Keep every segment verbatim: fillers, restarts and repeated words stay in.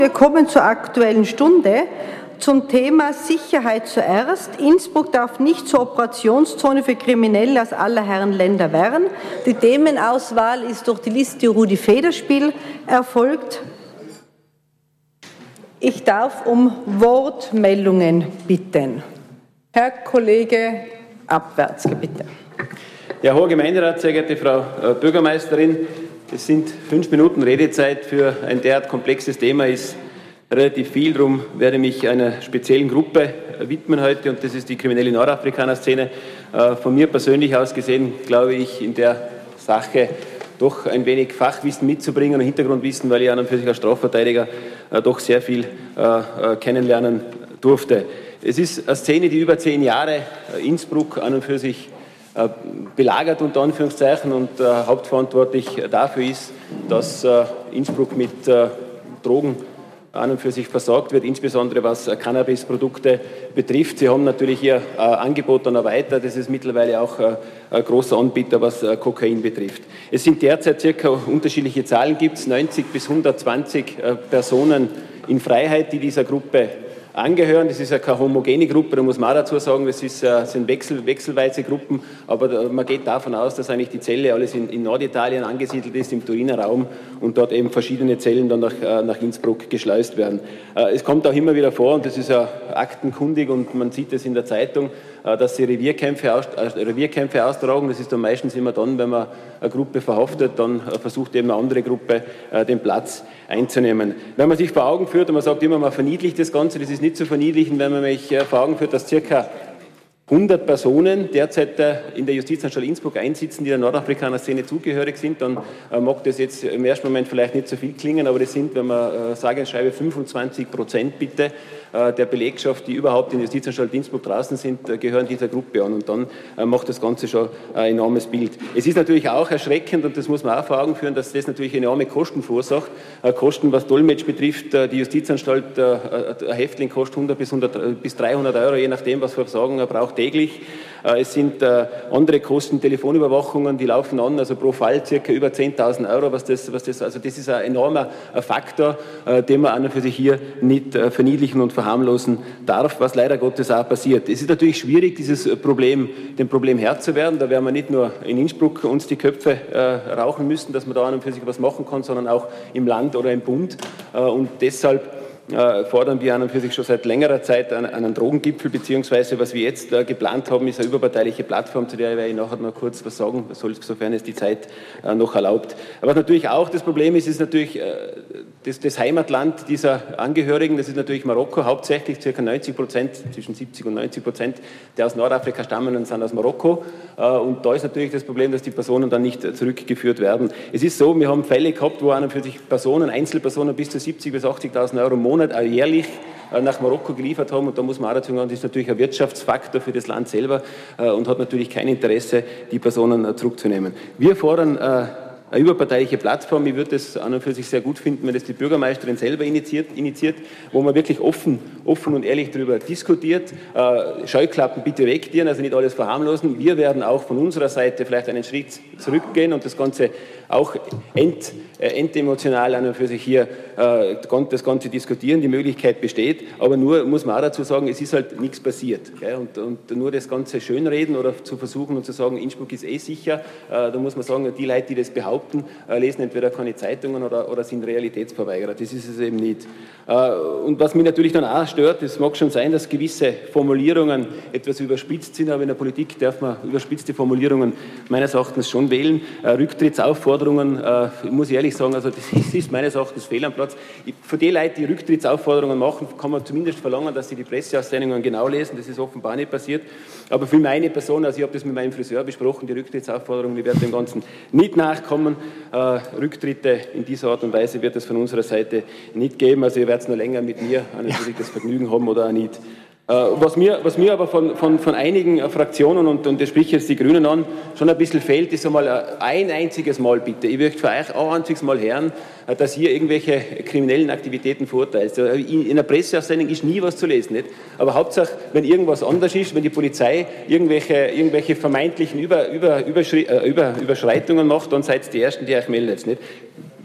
Wir kommen zur Aktuellen Stunde zum Thema Sicherheit zuerst. Innsbruck darf nicht zur Operationszone für Kriminelle aus aller Herren Länder werden. Die Themenauswahl ist durch die Liste Rudi Federspiel erfolgt. Ich darf um Wortmeldungen bitten. Herr Kollege Abwärtsge, bitte. Ja, Hoher Gemeinderat, sehr geehrte Frau Bürgermeisterin, es sind fünf Minuten Redezeit für ein derart komplexes Thema, ist relativ viel, darum werde ich mich einer speziellen Gruppe widmen heute, und das ist die kriminelle Nordafrikaner-Szene. Von mir persönlich aus gesehen, glaube ich, in der Sache doch ein wenig Fachwissen mitzubringen und Hintergrundwissen, weil ich an und für sich als Strafverteidiger doch sehr viel kennenlernen durfte. Es ist eine Szene, die über zehn Jahre Innsbruck an und für sich belagert, unter Anführungszeichen, und äh, hauptverantwortlich dafür ist, dass äh, Innsbruck mit äh, Drogen an und für sich versorgt wird, insbesondere was äh, Cannabisprodukte betrifft. Sie haben natürlich Ihr äh, Angebot dann erweitert. Das ist mittlerweile auch äh, ein großer Anbieter, was äh, Kokain betrifft. Es sind derzeit circa unterschiedliche Zahlen, gibt es neunzig bis hundertzwanzig äh, Personen in Freiheit, die dieser Gruppe angehören. Das ist ja keine homogene Gruppe, da muss man auch dazu sagen, das ist, uh, sind wechsel, wechselweise Gruppen, aber da, man geht davon aus, dass eigentlich die Zelle alles in, in Norditalien angesiedelt ist, im Turiner Raum, und dort eben verschiedene Zellen dann nach, uh, nach Innsbruck geschleust werden. Uh, es kommt auch immer wieder vor, und das ist ja aktenkundig, und man sieht es in der Zeitung, uh, dass sie Revierkämpfe, aus, uh, Revierkämpfe austragen. Das ist dann meistens immer dann, wenn man eine Gruppe verhaftet, dann uh, versucht eben eine andere Gruppe uh, den Platz einzunehmen. Wenn man sich vor Augen führt, und man sagt immer, man verniedlicht das Ganze, das ist nicht zu verniedlichen, wenn man sich vor Augen führt, dass circa hundert Personen derzeit in der Justizanstalt Innsbruck einsitzen, die der Nordafrikaner-Szene zugehörig sind, dann mag das jetzt im ersten Moment vielleicht nicht so viel klingen, aber das sind, wenn man sage und schreibe, fünfundzwanzig Prozent bitte der Belegschaft, die überhaupt in der Justizanstalt Innsbruck draußen sind, gehören dieser Gruppe an, und dann macht das Ganze schon ein enormes Bild. Es ist natürlich auch erschreckend, und das muss man auch vor Augen führen, dass das natürlich enorme Kosten verursacht. Kosten, was Dolmetsch betrifft, die Justizanstalt, ein Häftling kostet hundert bis dreihundert Euro, je nachdem, was für Versorgung er braucht, täglich. Es sind andere Kosten, Telefonüberwachungen, die laufen an, also pro Fall circa über zehntausend Euro, was das, was das, also das ist ein enormer Faktor, den man an und für sich hier nicht verniedlichen und verharmlosen darf, was leider Gottes auch passiert. Es ist natürlich schwierig, dieses Problem, dem Problem Herr zu werden. Da werden wir nicht nur in Innsbruck uns die Köpfe äh, rauchen müssen, dass man da an und für sich was machen kann, sondern auch im Land oder im Bund. Äh, und deshalb äh, fordern wir an und für sich schon seit längerer Zeit einen, einen Drogengipfel, beziehungsweise was wir jetzt äh, geplant haben, ist eine überparteiliche Plattform, zu der werde ich nachher noch kurz was sagen, sofern es die Zeit äh, noch erlaubt. Aber was natürlich auch das Problem ist, ist natürlich äh, das, das Heimatland dieser Angehörigen, das ist natürlich Marokko hauptsächlich, ca. neunzig Prozent, zwischen siebzig und neunzig Prozent der aus Nordafrika stammen und sind aus Marokko. Äh, und da ist natürlich das Problem, dass die Personen dann nicht zurückgeführt werden. Es ist so, wir haben Fälle gehabt, wo an und für sich Personen, Einzelpersonen bis zu siebzigtausend bis achtzigtausend Euro im Monat auch jährlich nach Marokko geliefert haben, und da muss man auch dazu sagen, das ist natürlich ein Wirtschaftsfaktor für das Land selber äh, und hat natürlich kein Interesse, die Personen äh, zurückzunehmen. Wir fordern äh, eine überparteiliche Plattform. Ich würde es an und für sich sehr gut finden, wenn das die Bürgermeisterin selber initiiert, initiiert wo man wirklich offen, offen und ehrlich darüber diskutiert. Äh, Scheuklappen bitte wegdienen, also nicht alles verharmlosen. Wir werden auch von unserer Seite vielleicht einen Schritt zurückgehen und das Ganze auch ent, äh, entemotional an und für sich hier äh, das Ganze diskutieren. Die Möglichkeit besteht, aber nur muss man auch dazu sagen, es ist halt nichts passiert. Gell? Und, und nur das Ganze schönreden oder zu versuchen und zu sagen, Innsbruck ist eh sicher, äh, da muss man sagen, die Leute, die das behaupten, lesen entweder keine Zeitungen oder, oder sind Realitätsverweigerer. Das ist es eben nicht. Und was mich natürlich dann auch stört, es mag schon sein, dass gewisse Formulierungen etwas überspitzt sind, aber in der Politik darf man überspitzte Formulierungen meines Erachtens schon wählen. Rücktrittsaufforderungen, muss ich ehrlich sagen, also das ist meines Erachtens fehl am Platz. Für die Leute, die Rücktrittsaufforderungen machen, kann man zumindest verlangen, dass sie die Presseaussendungen genau lesen. Das ist offenbar nicht passiert. Aber für meine Person, also ich habe das mit meinem Friseur besprochen, die Rücktrittsaufforderungen, die werden dem Ganzen nicht nachkommen. Äh, Rücktritte in dieser Art und Weise wird es von unserer Seite nicht geben. Also ihr werdet es noch länger mit mir natürlich das Vergnügen haben oder auch nicht. Äh, was, mir, was mir aber von, von, von einigen äh, Fraktionen, und, und das spricht jetzt die Grünen an, schon ein bisschen fehlt, ist einmal äh, ein einziges Mal bitte, ich möchte für euch auch ein einziges Mal hören, äh, dass ihr irgendwelche kriminellen Aktivitäten verurteilt. Also in, in einer Presseaussendung ist nie was zu lesen, nicht? Aber Hauptsache, wenn irgendwas anders ist, wenn die Polizei irgendwelche, irgendwelche vermeintlichen Über, Über, Überschri äh, Über, Überschreitungen macht, dann seid ihr die Ersten, die euch meldet. Nicht?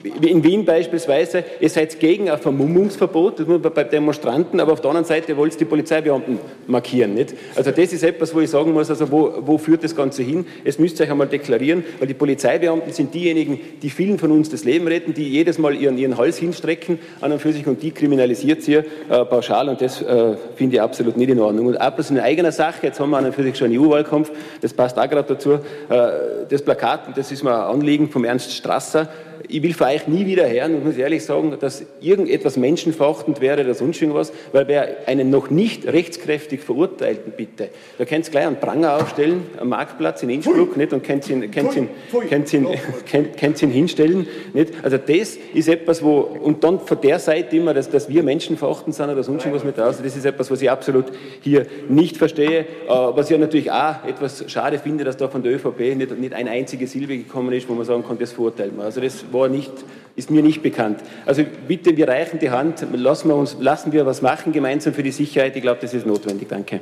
in Wien beispielsweise, ihr seid gegen ein Vermummungsverbot, das muss man bei Demonstranten, aber auf der anderen Seite wollt ihr die Polizeibeamten markieren. Nicht? Also das ist etwas, wo ich sagen muss, also wo, wo führt das Ganze hin? Es müsst ihr euch einmal deklarieren, weil die Polizeibeamten sind diejenigen, die vielen von uns das Leben retten, die jedes Mal ihren, ihren Hals hinstrecken an und für sich, und die kriminalisiert sie äh, pauschal, und das äh, finde ich absolut nicht in Ordnung. Und auch bloß in eigener Sache, jetzt haben wir an und für sich schon einen E U-Wahlkampf, das passt auch gerade dazu, äh, das Plakat, und das ist mir ein Anliegen vom Ernst Strasser, ich will für euch nie wieder hören, und muss ehrlich sagen, dass irgendetwas menschenverachtend wäre oder sonst irgendwas, weil wer einen noch nicht rechtskräftig Verurteilten, bitte, da könnt ihr gleich einen Pranger aufstellen, am Marktplatz in Innsbruck, nicht, und könnt ihn, könnt ihn, könnt ihn, könnt, könnt ihn hinstellen. Nicht? Also das ist etwas, wo, und dann von der Seite immer, dass, dass wir menschenverachtend sind oder sonst irgendwas mit raus, das ist etwas, was ich absolut hier nicht verstehe, was ich natürlich auch etwas schade finde, dass da von der ÖVP nicht, nicht eine einzige Silbe gekommen ist, wo man sagen kann, das verurteilen wir. Also das war nicht, ist mir nicht bekannt. Also bitte, wir reichen die Hand, lassen wir, uns, lassen wir was machen gemeinsam für die Sicherheit. Ich glaube, das ist notwendig. Danke.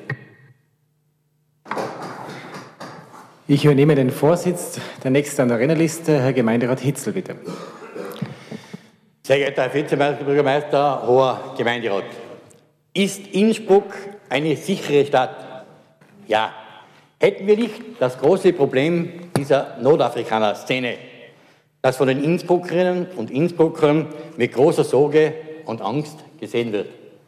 Ich übernehme den Vorsitz. Der nächste an der Rednerliste, Herr Gemeinderat Hitzel, bitte. Sehr geehrter Herr Vizebürgermeister, hoher Gemeinderat. Ist Innsbruck eine sichere Stadt? Ja. Hätten wir nicht das große Problem dieser Nordafrikaner-Szene, das von den Innsbruckerinnen und Innsbruckern mit großer Sorge und Angst gesehen wird.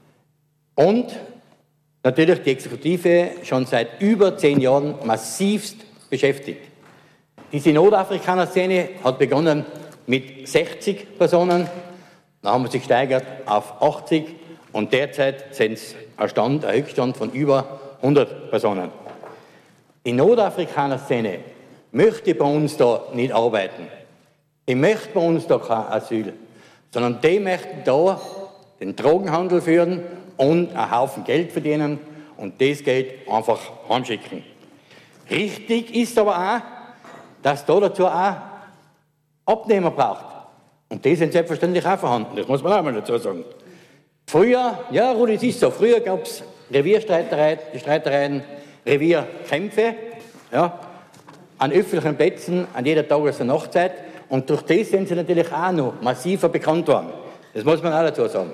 Und natürlich die Exekutive schon seit über zehn Jahren massivst beschäftigt. Diese Nordafrikaner-Szene hat begonnen mit sechzig Personen, dann haben wir sich gesteigert auf achtzig und derzeit sind es ein, Stand, ein Höchststand von über hundert Personen. Die Nordafrikaner-Szene möchte bei uns da nicht arbeiten. Die möchten bei uns da kein Asyl, sondern die möchten da den Drogenhandel führen und einen Haufen Geld verdienen und das Geld einfach heimschicken. Richtig ist aber auch, dass da dazu auch Abnehmer braucht. Und die sind selbstverständlich auch vorhanden, das muss man auch mal dazu sagen. Früher, ja Rudi, es ist so, früher gab es Revierstreitereien, Streitereien, Revierkämpfe, ja, an öffentlichen Plätzen, an jeder Tages- und Nachtzeit. Und durch das sind sie natürlich auch noch massiver bekannt worden. Das muss man auch dazu sagen.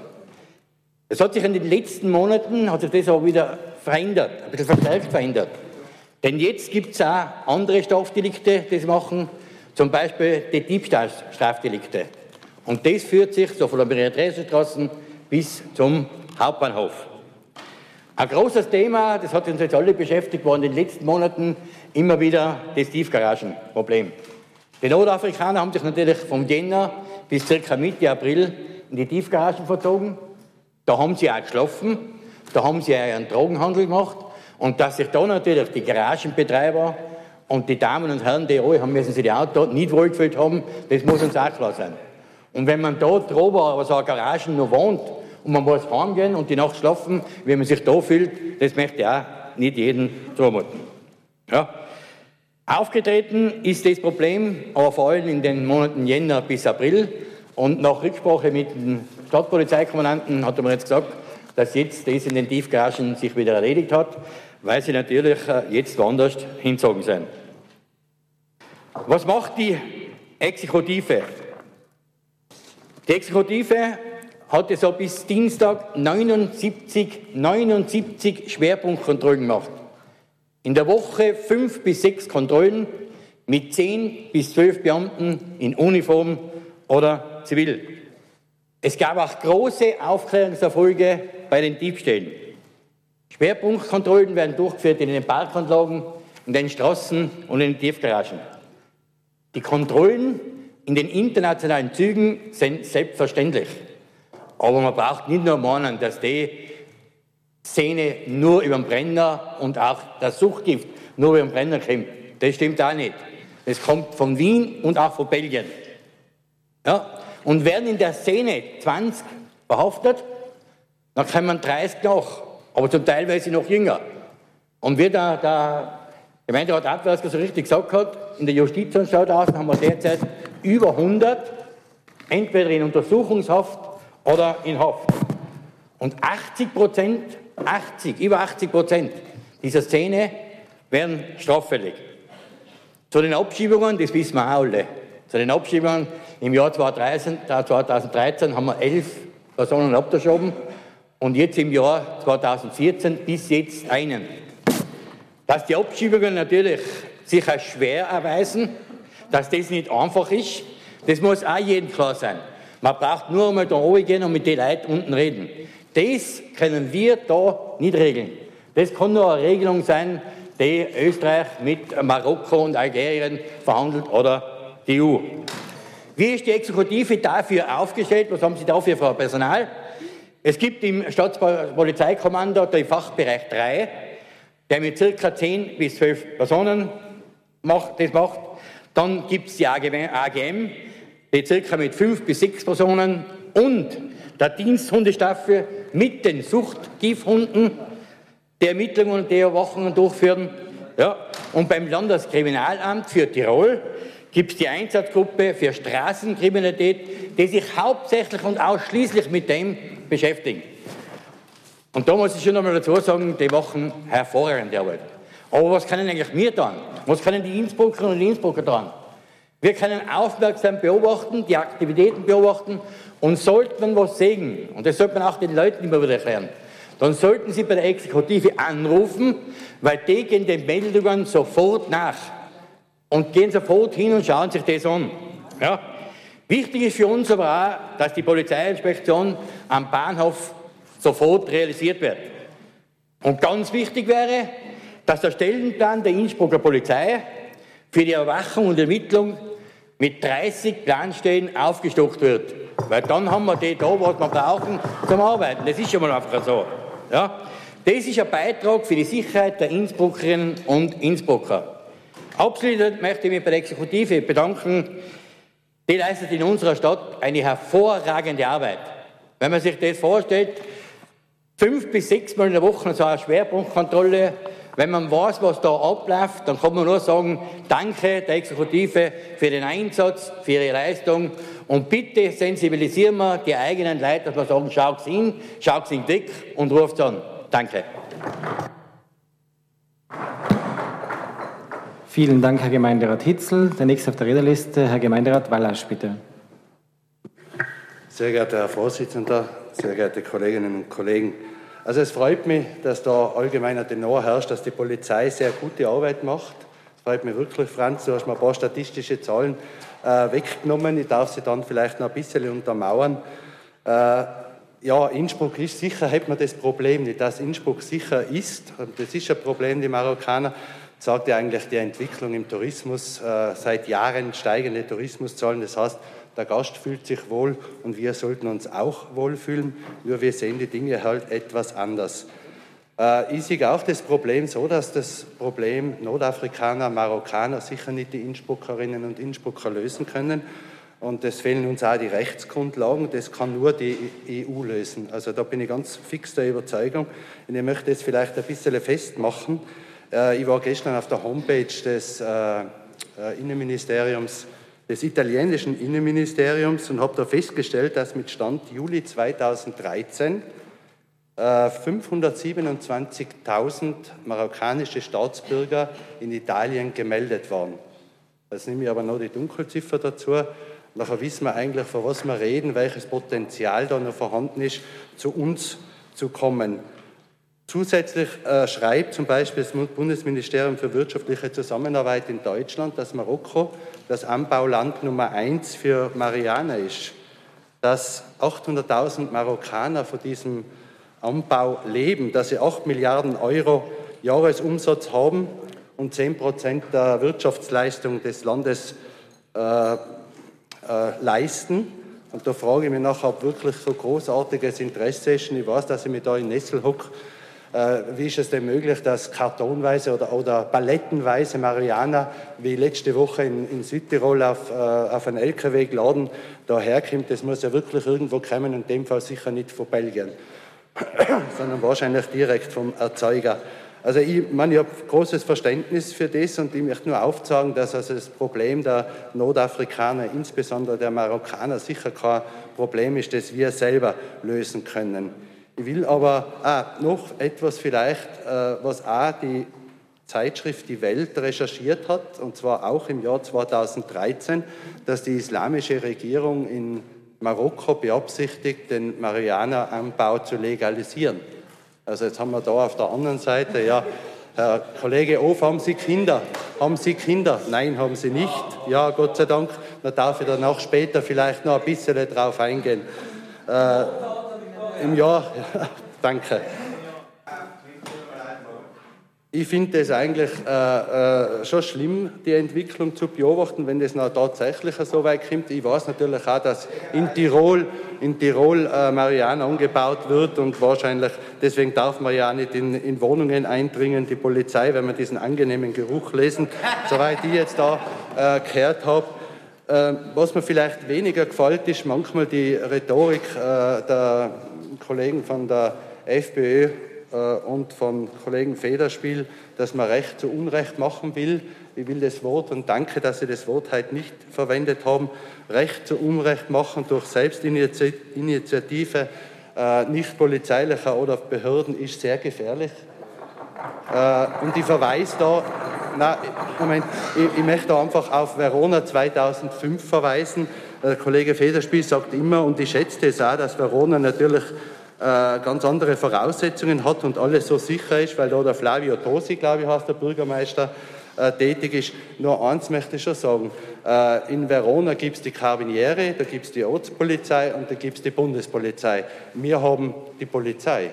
Es hat sich in den letzten Monaten, hat sich das aber wieder verändert, ein bisschen verstärkt verändert. Denn jetzt gibt es auch andere Strafdelikte, die das machen, zum Beispiel die Diebstahlstrafdelikte. Und das führt sich so von der Maria-Theresien-Straße bis zum Hauptbahnhof. Ein großes Thema, das hat uns jetzt alle beschäftigt, war in den letzten Monaten immer wieder das Tiefgaragenproblem. Die Nordafrikaner haben sich natürlich vom Jänner bis circa Mitte April in die Tiefgaragen verzogen. Da haben sie auch geschlafen, da haben sie auch einen Drogenhandel gemacht. Und dass sich da natürlich die Garagenbetreiber und die Damen und Herren, die alle haben müssen sich die Autos nicht wohlgefühlt haben, das muss uns auch klar sein. Und wenn man da drüber aber so eine Garagen noch wohnt und man muss heimgehen und die Nacht schlafen, wie man sich da fühlt, das möchte auch nicht jeden zumuten. Ja. Aufgetreten ist das Problem, aber vor allem in den Monaten Jänner bis April. Und nach Rücksprache mit dem Stadtpolizeikommandanten hat er mir jetzt gesagt, dass jetzt das in den Tiefgaragen sich wieder erledigt hat, weil sie natürlich jetzt woanders hinzogen sind. Was macht die Exekutive? Die Exekutive hatte so bis Dienstag neunundsiebzig, neunundsiebzig Schwerpunktkontrollen gemacht. In der Woche fünf bis sechs Kontrollen mit zehn bis zwölf Beamten in Uniform oder zivil. Es gab auch große Aufklärungserfolge bei den Diebstählen. Schwerpunktkontrollen werden durchgeführt in den Parkanlagen, in den Straßen und in den Tiefgaragen. Die Kontrollen in den internationalen Zügen sind selbstverständlich. Aber man braucht nicht nur meinen, dass die Szene nur über den Brenner und auch das Suchtgift nur über den Brenner kommt. Das stimmt auch nicht. Das kommt von Wien und auch von Belgien. Ja? Und werden in der Szene zwanzig verhaftet, dann kommen dreißig nach, aber zum Teil weil sie noch jünger. Und wie der, der Gemeinderat Abwärsker so richtig gesagt hat, in der Justizanstalt außen haben wir derzeit über hundert, entweder in Untersuchungshaft oder in Haft. Und achtzig Prozent, achtzig, über achtzig Prozent dieser Szene werden straffällig. Zu den Abschiebungen, das wissen wir auch alle. Zu den Abschiebungen im Jahr zweitausenddreizehn haben wir elf Personen abgeschoben und jetzt im Jahr zweitausendvierzehn bis jetzt einen. Dass die Abschiebungen natürlich sich als schwer erweisen, dass das nicht einfach ist, das muss auch jedem klar sein. Man braucht nur einmal da oben gehen und mit den Leuten unten reden. Das können wir da nicht regeln. Das kann nur eine Regelung sein, die Österreich mit Marokko und Algerien verhandelt oder die E U. Wie ist die Exekutive dafür aufgestellt? Was haben Sie dafür für Personal? Es gibt im Staatspolizeikommando den Fachbereich drei, der mit ca. zehn bis zwölf Personen macht, das macht. Dann gibt es die A G M, die ca. mit fünf bis sechs Personen und der Diensthundestaffel mit den Suchtgifthunden, die Ermittlungen und die Überwachungen durchführen. Ja. Und beim Landeskriminalamt für Tirol gibt es die Einsatzgruppe für Straßenkriminalität, die sich hauptsächlich und ausschließlich mit dem beschäftigt. Und da muss ich schon einmal dazu sagen, die machen hervorragende Arbeit. Aber was können eigentlich wir tun? Was können die Innsbruckerinnen und Innsbrucker tun? Wir können aufmerksam beobachten, die Aktivitäten beobachten und sollten man was sehen, und das sollte man auch den Leuten immer wieder erklären, dann sollten Sie bei der Exekutive anrufen, weil die gehen den Meldungen sofort nach und gehen sofort hin und schauen sich das an. Ja. Wichtig ist für uns aber auch, dass die Polizeiinspektion am Bahnhof sofort realisiert wird. Und ganz wichtig wäre, dass der Stellenplan der Innsbrucker Polizei für die Überwachung und Ermittlung mit dreißig Planstellen aufgestockt wird. Weil dann haben wir die da, was wir brauchen, zum Arbeiten. Das ist schon mal einfach so. Ja? Das ist ein Beitrag für die Sicherheit der Innsbruckerinnen und Innsbrucker. Abschließend möchte ich mich bei der Exekutive bedanken. Die leistet in unserer Stadt eine hervorragende Arbeit. Wenn man sich das vorstellt, fünf bis sechs Mal in der Woche so eine Schwerpunktkontrolle. Wenn man weiß, was da abläuft, dann kann man nur sagen, danke der Exekutive für den Einsatz, für ihre Leistung und bitte sensibilisieren wir die eigenen Leute, dass wir sagen, schaut's hin, schaut's in den Blick und ruft's an. Danke. Vielen Dank, Herr Gemeinderat Hitzl. Der nächste auf der Rednerliste, Herr Gemeinderat Wallasch, bitte. Sehr geehrter Herr Vorsitzender, sehr geehrte Kolleginnen und Kollegen. Also es freut mich, dass da allgemeiner Tenor herrscht, dass die Polizei sehr gute Arbeit macht. Es freut mich wirklich, Franz, du hast mir ein paar statistische Zahlen äh, weggenommen. Ich darf sie dann vielleicht noch ein bisschen untermauern. Äh, ja, Innsbruck ist sicher, hat man das Problem nicht, dass Innsbruck sicher ist. Und das ist ein Problem, die Marokkaner. Das sagt ja eigentlich die Entwicklung im Tourismus, äh, seit Jahren steigende Tourismuszahlen. Das heißt, der Gast fühlt sich wohl und wir sollten uns auch wohlfühlen, nur wir sehen die Dinge halt etwas anders. Äh, ich sehe auch das Problem so, dass das Problem Nordafrikaner, Marokkaner sicher nicht die Innsbruckerinnen und Innsbrucker lösen können. Und es fehlen uns auch die Rechtsgrundlagen, das kann nur die E U lösen. Also da bin ich ganz fix der Überzeugung und ich möchte es vielleicht ein bisschen festmachen. Äh, ich war gestern auf der Homepage des äh, Innenministeriums des italienischen Innenministeriums und habe da festgestellt, dass mit Stand Juli zweitausenddreizehn äh, fünfhundertsiebenundzwanzigtausend marokkanische Staatsbürger in Italien gemeldet waren. Jetzt nehme ich aber noch die Dunkelziffer dazu. Nachher wissen wir eigentlich, von was wir reden, welches Potenzial da noch vorhanden ist, zu uns zu kommen. Zusätzlich äh, schreibt zum Beispiel das Bundesministerium für wirtschaftliche Zusammenarbeit in Deutschland, dass Marokko das Anbauland Nummer eins für Marihuana ist, dass achthunderttausend Marokkaner von diesem Anbau leben, dass sie acht Milliarden Euro Jahresumsatz haben und zehn Prozent der Wirtschaftsleistung des Landes äh, äh, leisten. Und da frage ich mich nachher, ob wirklich so großartiges Interesse ist. Und ich weiß, dass ich mich da in Nessel hocke. Wie ist es denn möglich, dass kartonweise oder, oder palettenweise Marihuana, wie letzte Woche in, in Südtirol auf, äh, auf einen L K W geladen, daherkommt? Das muss ja wirklich irgendwo kommen, in dem Fall sicher nicht von Belgien, sondern wahrscheinlich direkt vom Erzeuger. Also ich, meine, ich habe großes Verständnis für das und ich möchte nur aufzeigen, dass also das Problem der Nordafrikaner, insbesondere der Marokkaner, sicher kein Problem ist, das wir selber lösen können. Ich will aber ah, noch etwas vielleicht, äh, was auch die Zeitschrift Die Welt recherchiert hat, und zwar auch im Jahr zweitausenddreizehn, dass die islamische Regierung in Marokko beabsichtigt, den Marihuana-Anbau zu legalisieren. Also jetzt haben wir da auf der anderen Seite, ja, Herr Kollege Of, haben Sie Kinder? Haben Sie Kinder? Nein, haben Sie nicht. Ja, Gott sei Dank. Da darf ich dann auch später vielleicht noch ein bisschen drauf eingehen. Äh, Im Jahr, ja, danke. Ich finde es eigentlich äh, äh, schon schlimm, die Entwicklung zu beobachten, wenn das noch tatsächlich so weit kommt. Ich weiß natürlich auch, dass in Tirol, in Tirol äh, Marihuana angebaut wird und wahrscheinlich, deswegen darf man ja auch nicht in, in Wohnungen eindringen, die Polizei, wenn man diesen angenehmen Geruch lesen, soweit ich jetzt da äh, gehört habe. Äh, was mir vielleicht weniger gefällt, ist manchmal die Rhetorik äh, der Kollegen von der FPÖ, und von Kollegen Federspiel, dass man Recht zu Unrecht machen will. Ich will das Wort, und danke, dass Sie das Wort heute nicht verwendet haben, Recht zu Unrecht machen durch Selbstinitiative äh, nicht polizeilicher oder Behörden ist sehr gefährlich. Äh, und ich verweise da, nein, Moment, ich, ich möchte da einfach auf Verona zweitausendfünf verweisen. Der Kollege Federspiel sagt immer, und ich schätze es auch, dass Verona natürlich ganz andere Voraussetzungen hat und alles so sicher ist, weil da der Flavio Tosi, glaube ich, heißt der Bürgermeister, äh, tätig ist. Nur eins möchte ich schon sagen, äh, in Verona gibt es die Carabinieri, da gibt es die Ortspolizei und da gibt es die Bundespolizei. Wir haben die Polizei.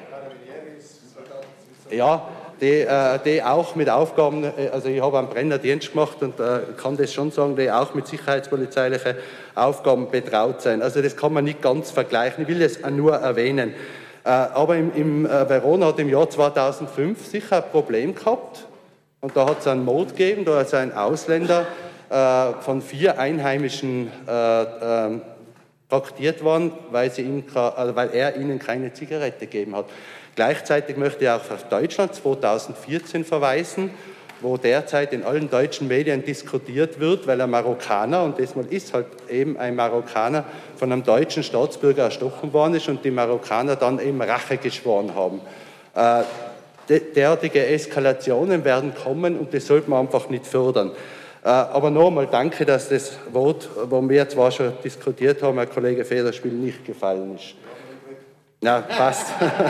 Ja, die, äh, die auch mit Aufgaben, also ich habe einen Brennerdienst gemacht und äh, kann das schon sagen, die auch mit sicherheitspolizeilichen Aufgaben betraut sein. Also das kann man nicht ganz vergleichen, ich will das nur erwähnen. Äh, aber im, im äh, Verona hat im Jahr zweitausendfünf sicher ein Problem gehabt und da hat es einen Mord gegeben, da ist ein Ausländer äh, von vier Einheimischen äh, äh, traktiert worden, weil, sie ihm, also weil er ihnen keine Zigarette gegeben hat. Gleichzeitig möchte ich auch auf Deutschland zweitausendvierzehn verweisen, wo derzeit in allen deutschen Medien diskutiert wird, weil ein Marokkaner, und diesmal ist halt eben ein Marokkaner, von einem deutschen Staatsbürger erstochen worden ist und die Marokkaner dann eben Rache geschworen haben. Äh, derartige Eskalationen werden kommen und das sollte man einfach nicht fördern. Äh, aber nochmal danke, dass das Wort, wo wir zwar schon diskutiert haben, Herr Kollege Federspiel, nicht gefallen ist. Ja, passt.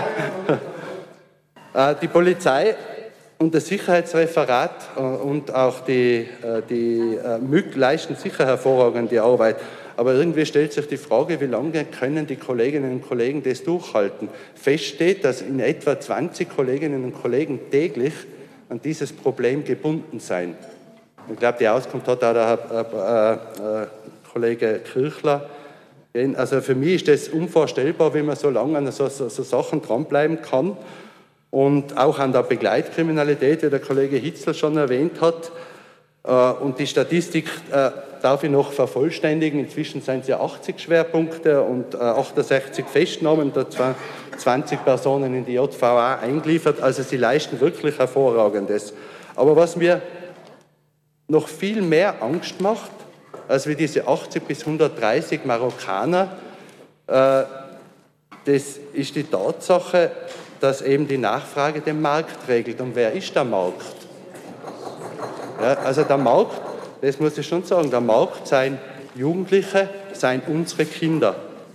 äh, die Polizei und das Sicherheitsreferat und auch die, die M Ü G leisten sicher hervorragende Arbeit. Aber irgendwie stellt sich die Frage, wie lange können die Kolleginnen und Kollegen das durchhalten? Fest steht, dass in etwa zwanzig Kolleginnen und Kollegen täglich an dieses Problem gebunden seien. Ich glaube, die Auskunft hat auch der Herr, äh, äh, Kollege Kirchler. Also für mich ist das unvorstellbar, wie man so lange an so, so, so Sachen dranbleiben kann. Und auch an der Begleitkriminalität, wie der Kollege Hitzl schon erwähnt hat. Und die Statistik äh, darf ich noch vervollständigen. Inzwischen sind es ja achtzig Schwerpunkte und äh, achtundsechzig Festnahmen, da zwanzig Personen in die J V A eingeliefert. Also sie leisten wirklich Hervorragendes. Aber was mir noch viel mehr Angst macht, als wie diese achtzig bis hundertdreißig Marokkaner, äh, das ist die Tatsache, dass eben die Nachfrage den Markt regelt. Und wer ist der Markt? Ja, also der Markt, das muss ich schon sagen, der Markt seien Jugendliche, seien unsere Kinder.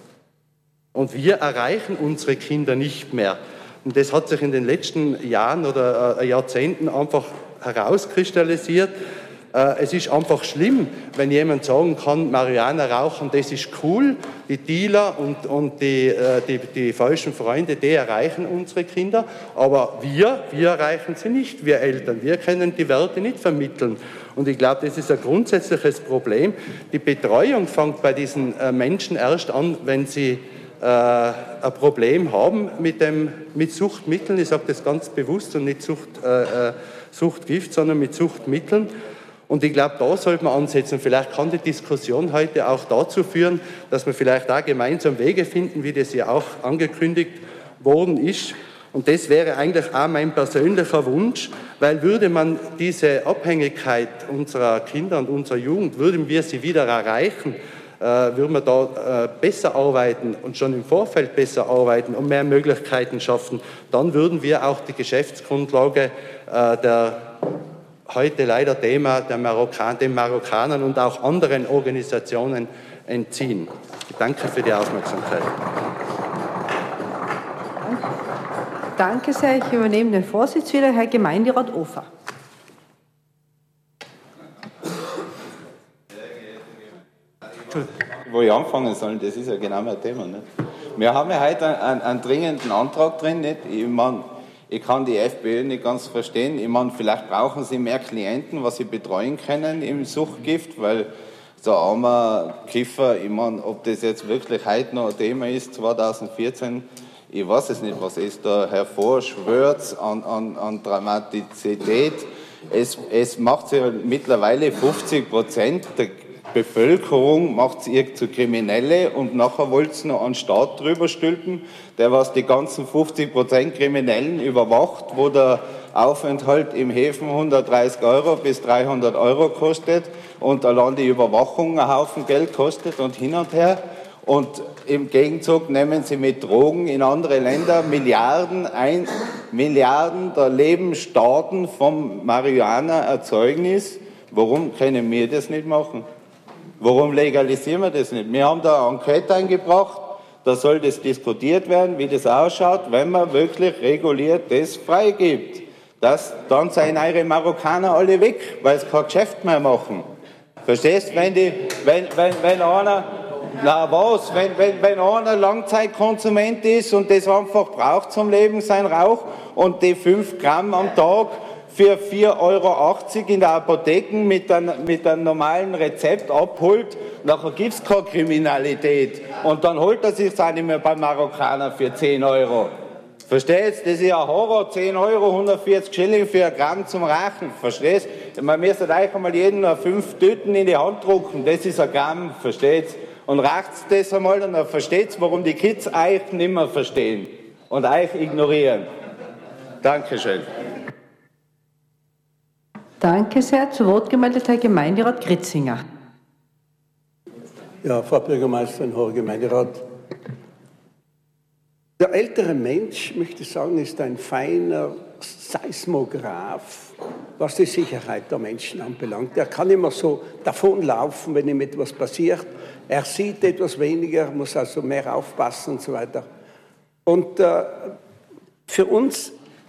Und wir erreichen unsere Kinder nicht mehr. Und das hat sich in den letzten Jahren oder äh, Jahrzehnten einfach herauskristallisiert. Es ist einfach schlimm, wenn jemand sagen kann, Marihuana rauchen, das ist cool, die Dealer und, und die, die, die falschen Freunde, die erreichen unsere Kinder, aber wir, wir erreichen sie nicht, wir Eltern, wir können die Werte nicht vermitteln. Und ich glaube, das ist ein grundsätzliches Problem. Die Betreuung fängt bei diesen Menschen erst an, wenn sie äh, ein Problem haben mit, dem, mit Suchtmitteln, ich sage das ganz bewusst und nicht Sucht, äh, Suchtgift, sondern mit Suchtmitteln. Und ich glaube, da sollte man ansetzen. Vielleicht kann die Diskussion heute auch dazu führen, dass wir vielleicht auch gemeinsam Wege finden, wie das ja auch angekündigt worden ist. Und das wäre eigentlich auch mein persönlicher Wunsch, weil würde man diese Abhängigkeit unserer Kinder und unserer Jugend, würden wir sie wieder erreichen, äh, würden wir da äh, besser arbeiten und schon im Vorfeld besser arbeiten und mehr Möglichkeiten schaffen, dann würden wir auch die Geschäftsgrundlage äh, der heute leider Thema der Marokkan, den Marokkanern und auch anderen Organisationen entziehen. Ich danke für die Aufmerksamkeit. Danke sehr. Ich übernehme den Vorsitz wieder. Herr Gemeinderat Ofer. Wo ich anfangen soll, das ist ja genau mein Thema. Nicht? Wir haben ja heute einen, einen, einen dringenden Antrag drin. Nicht? Ich, mein, ich kann die FPÖ nicht ganz verstehen. Ich meine, vielleicht brauchen sie mehr Klienten, was sie betreuen können im Suchtgift, weil so ein armer Kiffer, ich meine, ob das jetzt wirklich heute noch ein Thema ist, zweitausendvierzehn, ich weiß es nicht, was es da hervorschwört an, an, an Dramatizität. Es, es macht ja mittlerweile fünfzig Prozent der Bevölkerung macht ihr zu Kriminelle und nachher wollt ihr noch einen Staat drüber stülpen, der was die ganzen fünfzig Prozent Kriminellen überwacht, wo der Aufenthalt im Häfen hundertdreißig Euro bis dreihundert Euro kostet und allein die Überwachung einen Haufen Geld kostet und hin und her. Und im Gegenzug nehmen sie mit Drogen in andere Länder Milliarden ein, Milliarden, da leben Staaten vom Marihuana-Erzeugnis. Warum können wir das nicht machen? Warum legalisieren wir das nicht? Wir haben da eine Enquete eingebracht, da soll das diskutiert werden, wie das ausschaut, wenn man wirklich reguliert das freigibt. Das, dann seien eure Marokkaner alle weg, weil sie kein Geschäft mehr machen. Verstehst? Wenn, die, wenn, wenn, wenn einer, na was, wenn, wenn, wenn einer Langzeitkonsument ist und das einfach braucht zum Leben, sein Rauch, und die fünf Gramm am Tag für vier Euro achtzig in der Apotheke mit einem, mit einem normalen Rezept abholt, nachher gibt es keine Kriminalität. Und dann holt er sich es auch nicht mehr beim Marokkaner für zehn Euro. Verstehst? Das ist ja ein Horror, zehn Euro, hundertvierzig Schilling für ein Gramm zum Rauchen. Verstehst? Man müsste euch einmal jeden noch fünf Tüten in die Hand drucken, das ist ein Gramm, versteht's? Und raucht das einmal und dann versteht's, warum die Kids euch nicht mehr verstehen und euch ignorieren. Dankeschön. Danke sehr. Zu Wort gemeldet Herr Gemeinderat Gritzinger. Ja, Frau Bürgermeisterin, Herr Gemeinderat. Der ältere Mensch, möchte ich sagen, ist ein feiner Seismograph, was die Sicherheit der Menschen anbelangt. Er kann immer so davonlaufen, wenn ihm etwas passiert. Er sieht etwas weniger, muss also mehr aufpassen und so weiter. Und äh, für uns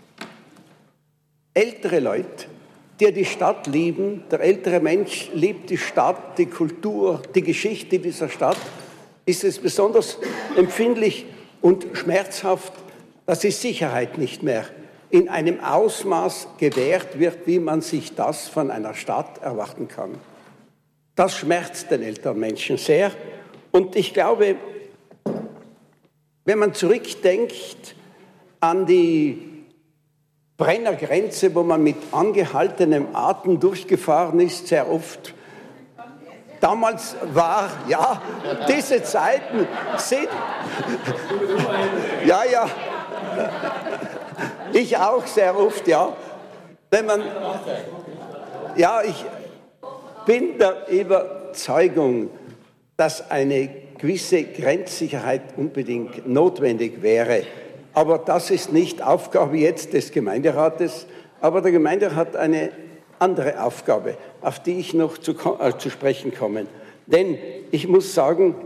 ältere Leute, die die Stadt lieben, der ältere Mensch liebt die Stadt, die Kultur, die Geschichte dieser Stadt, ist es besonders empfindlich und schmerzhaft, dass die Sicherheit nicht mehr in einem Ausmaß gewährt wird, wie man sich das von einer Stadt erwarten kann. Das schmerzt den älteren Menschen sehr. Und ich glaube, wenn man zurückdenkt an die Brennergrenze, wo man mit angehaltenem Atem durchgefahren ist, sehr oft. Damals war, ja, diese Zeiten sind, ja, ja, ich auch sehr oft, ja. Wenn man, ja, ich bin der Überzeugung, dass eine gewisse Grenzsicherheit unbedingt notwendig wäre. Aber das ist nicht Aufgabe jetzt des Gemeinderates. Aber der Gemeinderat hat eine andere Aufgabe, auf die ich noch zu, äh, zu sprechen komme. Denn ich muss sagen,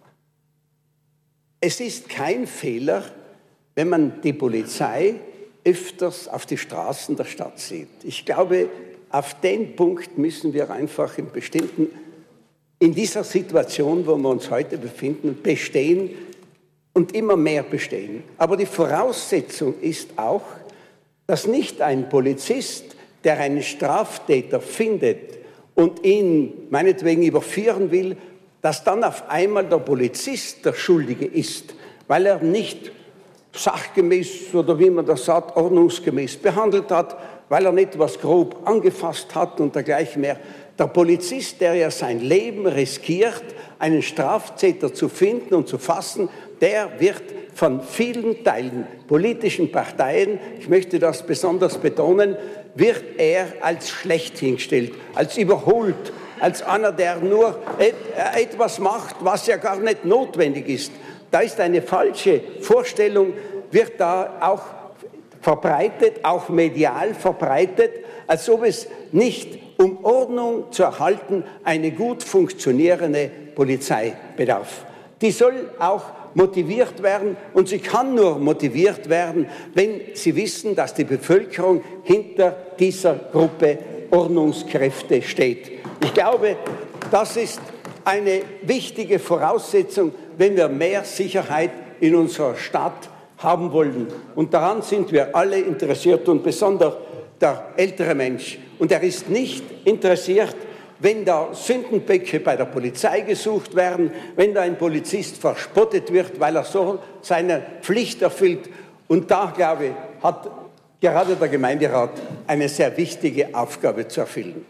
es ist kein Fehler, wenn man die Polizei öfters auf die Straßen der Stadt sieht. Ich glaube, auf den Punkt müssen wir einfach in bestimmten, in dieser Situation, wo wir uns heute befinden, bestehen, und immer mehr bestehen. Aber die Voraussetzung ist auch, dass nicht ein Polizist, der einen Straftäter findet und ihn meinetwegen überführen will, dass dann auf einmal der Polizist der Schuldige ist, weil er nicht sachgemäß oder wie man das sagt, ordnungsgemäß behandelt hat, weil er nicht etwas grob angefasst hat und dergleichen mehr. Der Polizist, der ja sein Leben riskiert, einen Straftäter zu finden und zu fassen, der wird von vielen Teilen politischen Parteien, ich möchte das besonders betonen, wird er als schlecht hingestellt, als überholt, als einer, der nur et, äh, etwas macht, was ja gar nicht notwendig ist. Da ist eine falsche Vorstellung, wird da auch verbreitet, auch medial verbreitet, als ob es nicht, um Ordnung zu erhalten, eine gut funktionierende Polizei bedarf. Die soll auch motiviert werden, und sie kann nur motiviert werden, wenn sie wissen, dass die Bevölkerung hinter dieser Gruppe Ordnungskräfte steht. Ich glaube, das ist eine wichtige Voraussetzung, wenn wir mehr Sicherheit in unserer Stadt haben wollen. Und daran sind wir alle interessiert, und besonders der ältere Mensch. Und er ist nicht interessiert, wenn da Sündenböcke bei der Polizei gesucht werden, wenn da ein Polizist verspottet wird, weil er so seine Pflicht erfüllt. Und da, glaube ich, hat gerade der Gemeinderat eine sehr wichtige Aufgabe zu erfüllen.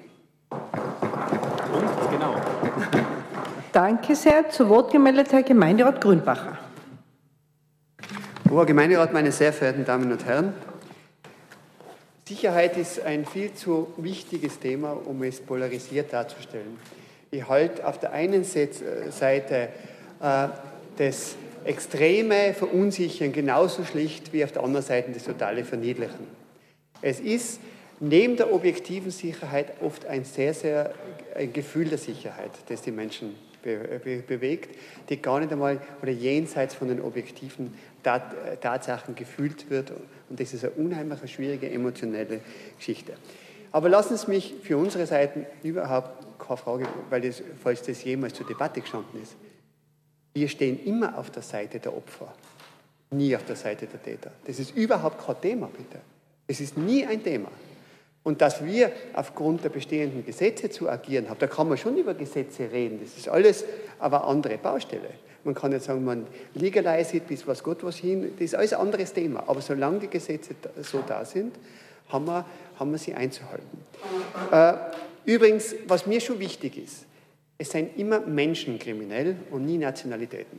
Und genau. Danke sehr. Zu Wort gemeldet Herr Gemeinderat Grünbacher. Hoher Gemeinderat, meine sehr verehrten Damen und Herren! Sicherheit ist ein viel zu wichtiges Thema, um es polarisiert darzustellen. Ich halte auf der einen Seite äh, das extreme Verunsichern genauso schlicht wie auf der anderen Seite das totale Verniedlichen. Es ist neben der objektiven Sicherheit oft ein sehr, sehr ein Gefühl der Sicherheit, das die Menschen be be bewegt, die gar nicht einmal oder jenseits von den objektiven Tat Tatsachen gefühlt wird. Und das ist eine unheimlich schwierige emotionelle Geschichte. Aber lassen Sie mich für unsere Seiten überhaupt keine Frage, weil das, falls das jemals zur Debatte gestanden ist, wir stehen immer auf der Seite der Opfer, nie auf der Seite der Täter. Das ist überhaupt kein Thema, bitte. Es ist nie ein Thema. Und dass wir aufgrund der bestehenden Gesetze zu agieren haben, da kann man schon über Gesetze reden, das ist alles aber eine andere Baustelle. Man kann nicht sagen, man legalisiert bis was Gott was hin, das ist alles ein anderes Thema. Aber solange die Gesetze so da sind, haben wir, haben wir sie einzuhalten. Äh, übrigens, was mir schon wichtig ist, es sind immer Menschen kriminell und nie Nationalitäten.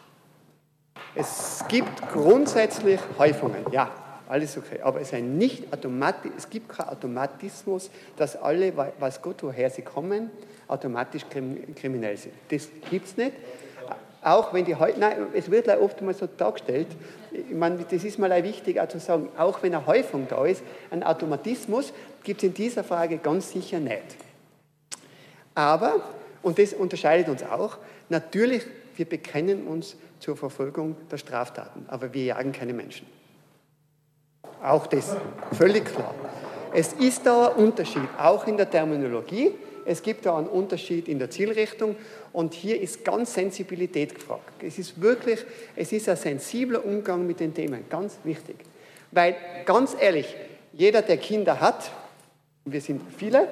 Es gibt grundsätzlich Häufungen, ja, alles okay, aber es, sind nicht automatisch, es gibt keinen Automatismus, dass alle, weiß Gott, woher sie kommen, automatisch kriminell sind. Das gibt es nicht. Auch wenn die heute, nein, es wird oft mal so dargestellt, ich meine, das ist mal wichtig auch zu sagen, auch wenn eine Häufung da ist, ein Automatismus gibt es in dieser Frage ganz sicher nicht. Aber, und das unterscheidet uns auch, natürlich, wir bekennen uns zur Verfolgung der Straftaten, aber wir jagen keine Menschen. Auch das, völlig klar. Es ist da ein Unterschied, auch in der Terminologie. Es gibt da einen Unterschied in der Zielrichtung und hier ist ganz Sensibilität gefragt. Es ist wirklich, es ist ein sensibler Umgang mit den Themen, ganz wichtig. Weil, ganz ehrlich, jeder, der Kinder hat, wir sind viele,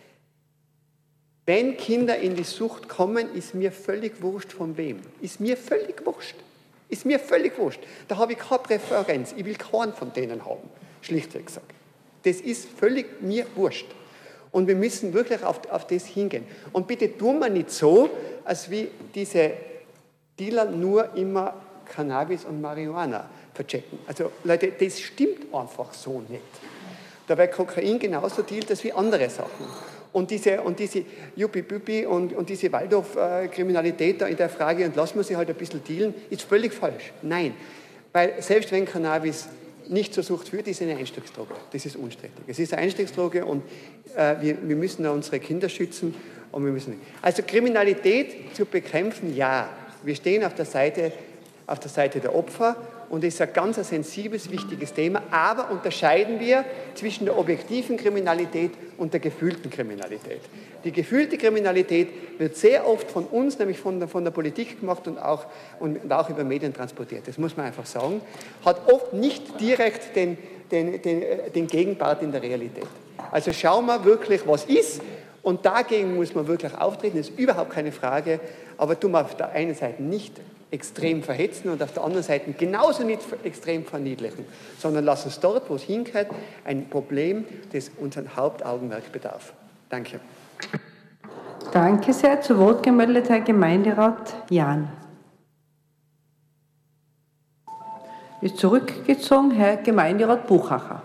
wenn Kinder in die Sucht kommen, ist mir völlig wurscht von wem. Ist mir völlig wurscht. Ist mir völlig wurscht. Da habe ich keine Präferenz. Ich will keinen von denen haben, schlichtweg gesagt. Das ist völlig mir wurscht. Und wir müssen wirklich auf, auf das hingehen. Und bitte tun wir nicht so, als wie diese Dealer nur immer Cannabis und Marihuana verchecken. Also Leute, das stimmt einfach so nicht. Da wird Kokain genauso dealt als wie andere Sachen. Und diese, und diese Juppie-Büppi und, und diese Waldorf-Kriminalität da in der Frage, und lassen wir sie halt ein bisschen dealen, ist völlig falsch. Nein, weil selbst wenn Cannabis nicht zur Sucht führt, ist eine Einstiegsdroge. Das ist unstrittig. Es ist eine Einstiegsdroge und äh, wir, wir müssen da unsere Kinder schützen. Und wir müssen, also Kriminalität zu bekämpfen, ja. Wir stehen auf der Seite, auf der Seite der Opfer und es ist ein ganz sensibles, wichtiges Thema. Aber unterscheiden wir zwischen der objektiven Kriminalität und der gefühlten Kriminalität. Die gefühlte Kriminalität wird sehr oft von uns, nämlich von der, von der Politik gemacht und auch, und auch über Medien transportiert. Das muss man einfach sagen. Hat oft nicht direkt den, den, den, den Gegenpart in der Realität. Also schauen wir wirklich, was ist. Und dagegen muss man wirklich auftreten, das ist überhaupt keine Frage. Aber tun wir auf der einen Seite nicht extrem verhetzen und auf der anderen Seite genauso nicht extrem verniedlichen, sondern lass uns dort, wo es hingehört, ein Problem, das unseren Hauptaugenmerk bedarf. Danke. Danke sehr. Zu Wort gemeldet Herr Gemeinderat Jahn. Ist zurückgezogen Herr Gemeinderat Buchacher.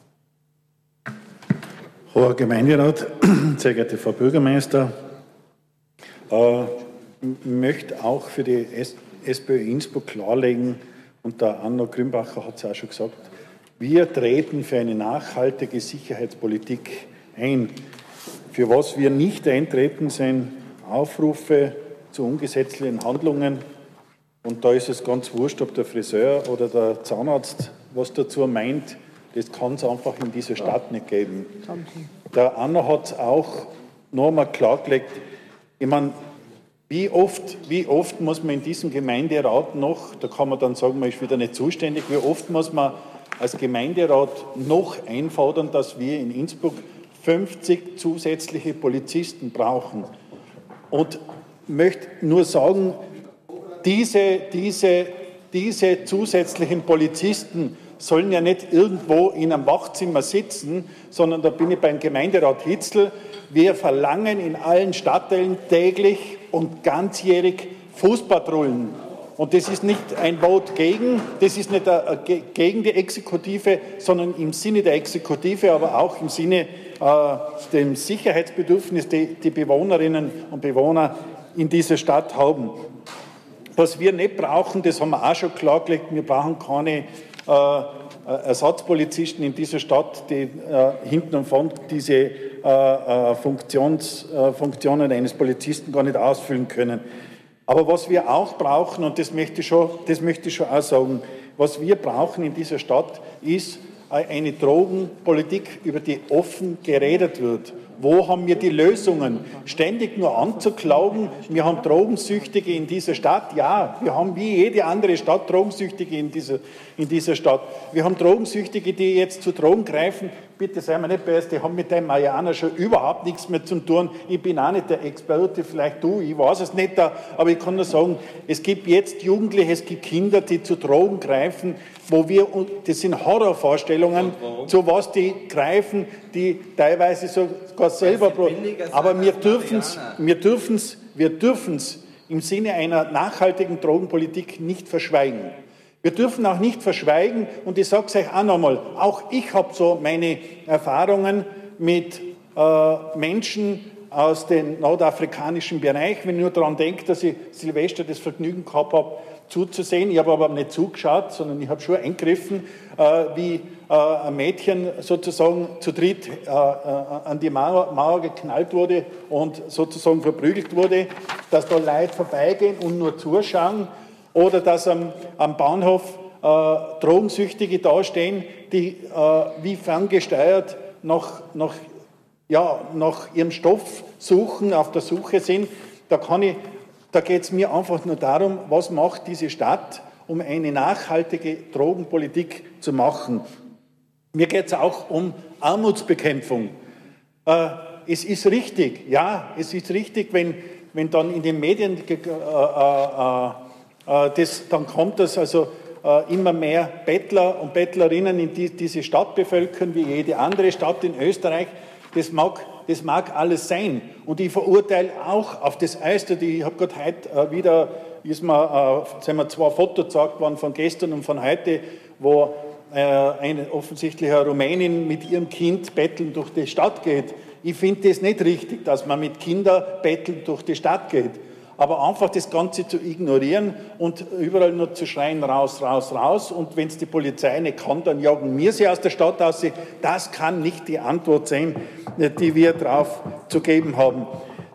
Hoher Gemeinderat, sehr geehrte Frau Bürgermeister, äh, ich möchte auch für die SPÖ Innsbruck klarlegen, und der Anno Grünbacher hat es auch schon gesagt, wir treten für eine nachhaltige Sicherheitspolitik ein. Für was wir nicht eintreten, sind Aufrufe zu ungesetzlichen Handlungen. Und da ist es ganz wurscht, ob der Friseur oder der Zahnarzt was dazu meint. Das kann es einfach in dieser Stadt nicht geben. Der Anna hat es auch noch einmal klargelegt. Ich meine, wie oft, wie oft muss man in diesem Gemeinderat noch, da kann man dann sagen, man ist wieder nicht zuständig, wie oft muss man als Gemeinderat noch einfordern, dass wir in Innsbruck fünfzig zusätzliche Polizisten brauchen. Und möchte nur sagen, diese, diese, diese zusätzlichen Polizisten sollen ja nicht irgendwo in einem Wachzimmer sitzen, sondern da bin ich beim Gemeinderat Hitzl. Wir verlangen in allen Stadtteilen täglich und ganzjährig Fußpatrouillen. Und das ist nicht ein Vote gegen, das ist nicht a, a, gegen die Exekutive, sondern im Sinne der Exekutive, aber auch im Sinne äh, dem Sicherheitsbedürfnis, die die Bewohnerinnen und Bewohner in dieser Stadt haben. Was wir nicht brauchen, das haben wir auch schon klargelegt, wir brauchen keine äh, Ersatzpolizisten in dieser Stadt, die äh, hinten und vorn diese äh, äh, Funktions, äh, Funktionen eines Polizisten gar nicht ausfüllen können. Aber was wir auch brauchen, und das möchte ich schon, das möchte ich schon auch sagen, was wir brauchen in dieser Stadt, ist eine Drogenpolitik, über die offen geredet wird. Wo haben wir die Lösungen? Ständig nur anzuklagen, wir haben Drogensüchtige in dieser Stadt. Ja, wir haben wie jede andere Stadt Drogensüchtige in dieser, in dieser Stadt. Wir haben Drogensüchtige, die jetzt zu Drogen greifen. Bitte seien wir nicht böse, die haben mit dem Marianer schon überhaupt nichts mehr zu tun. Ich bin auch nicht der Experte, vielleicht du, ich weiß es nicht, aber ich kann nur sagen, es gibt jetzt Jugendliche, es gibt Kinder, die zu Drogen greifen, wo wir, das sind Horrorvorstellungen, zu was die greifen, die teilweise sogar selber, aber wir dürfen es, wir dürfen es, wir dürfen es im Sinne einer nachhaltigen Drogenpolitik nicht verschweigen. Wir dürfen auch nicht verschweigen, und ich sage es euch auch nochmal, auch ich habe so meine Erfahrungen mit äh, Menschen aus dem nordafrikanischen Bereich, wenn ich nur daran denke, dass ich Silvester das Vergnügen gehabt habe, zuzusehen. Ich habe aber nicht zugeschaut, sondern ich habe schon eingegriffen, äh, wie äh, ein Mädchen sozusagen zu dritt äh, äh, an die Mauer, Mauer geknallt wurde und sozusagen verprügelt wurde, dass da Leute vorbeigehen und nur zuschauen, oder dass am, am Bahnhof äh, Drogensüchtige dastehen, die äh, wie ferngesteuert nach, nach, ja, nach ihrem Stoff suchen, auf der Suche sind. Da kann ich Da geht es mir einfach nur darum, was macht diese Stadt, um eine nachhaltige Drogenpolitik zu machen. Mir geht es auch um Armutsbekämpfung. Äh, es ist richtig, ja, es ist richtig, wenn, wenn dann in den Medien äh, äh, äh, das, dann kommt, dass also äh, immer mehr Bettler und Bettlerinnen in die, diese Stadt bevölkern, wie jede andere Stadt in Österreich. Das mag Das mag alles sein. Und ich verurteile auch auf das Eis, ich habe gerade heute äh, wieder, ist mir, äh, sind mir zwei Fotos gezeigt worden von gestern und von heute, wo äh, eine offensichtliche Rumänin mit ihrem Kind betteln durch die Stadt geht. Ich finde das nicht richtig, dass man mit Kindern betteln durch die Stadt geht. Aber einfach das Ganze zu ignorieren und überall nur zu schreien, raus, raus, raus. Und wenn es die Polizei nicht kann, dann jagen wir sie aus der Stadt aus. Das kann nicht die Antwort sein, die wir darauf zu geben haben.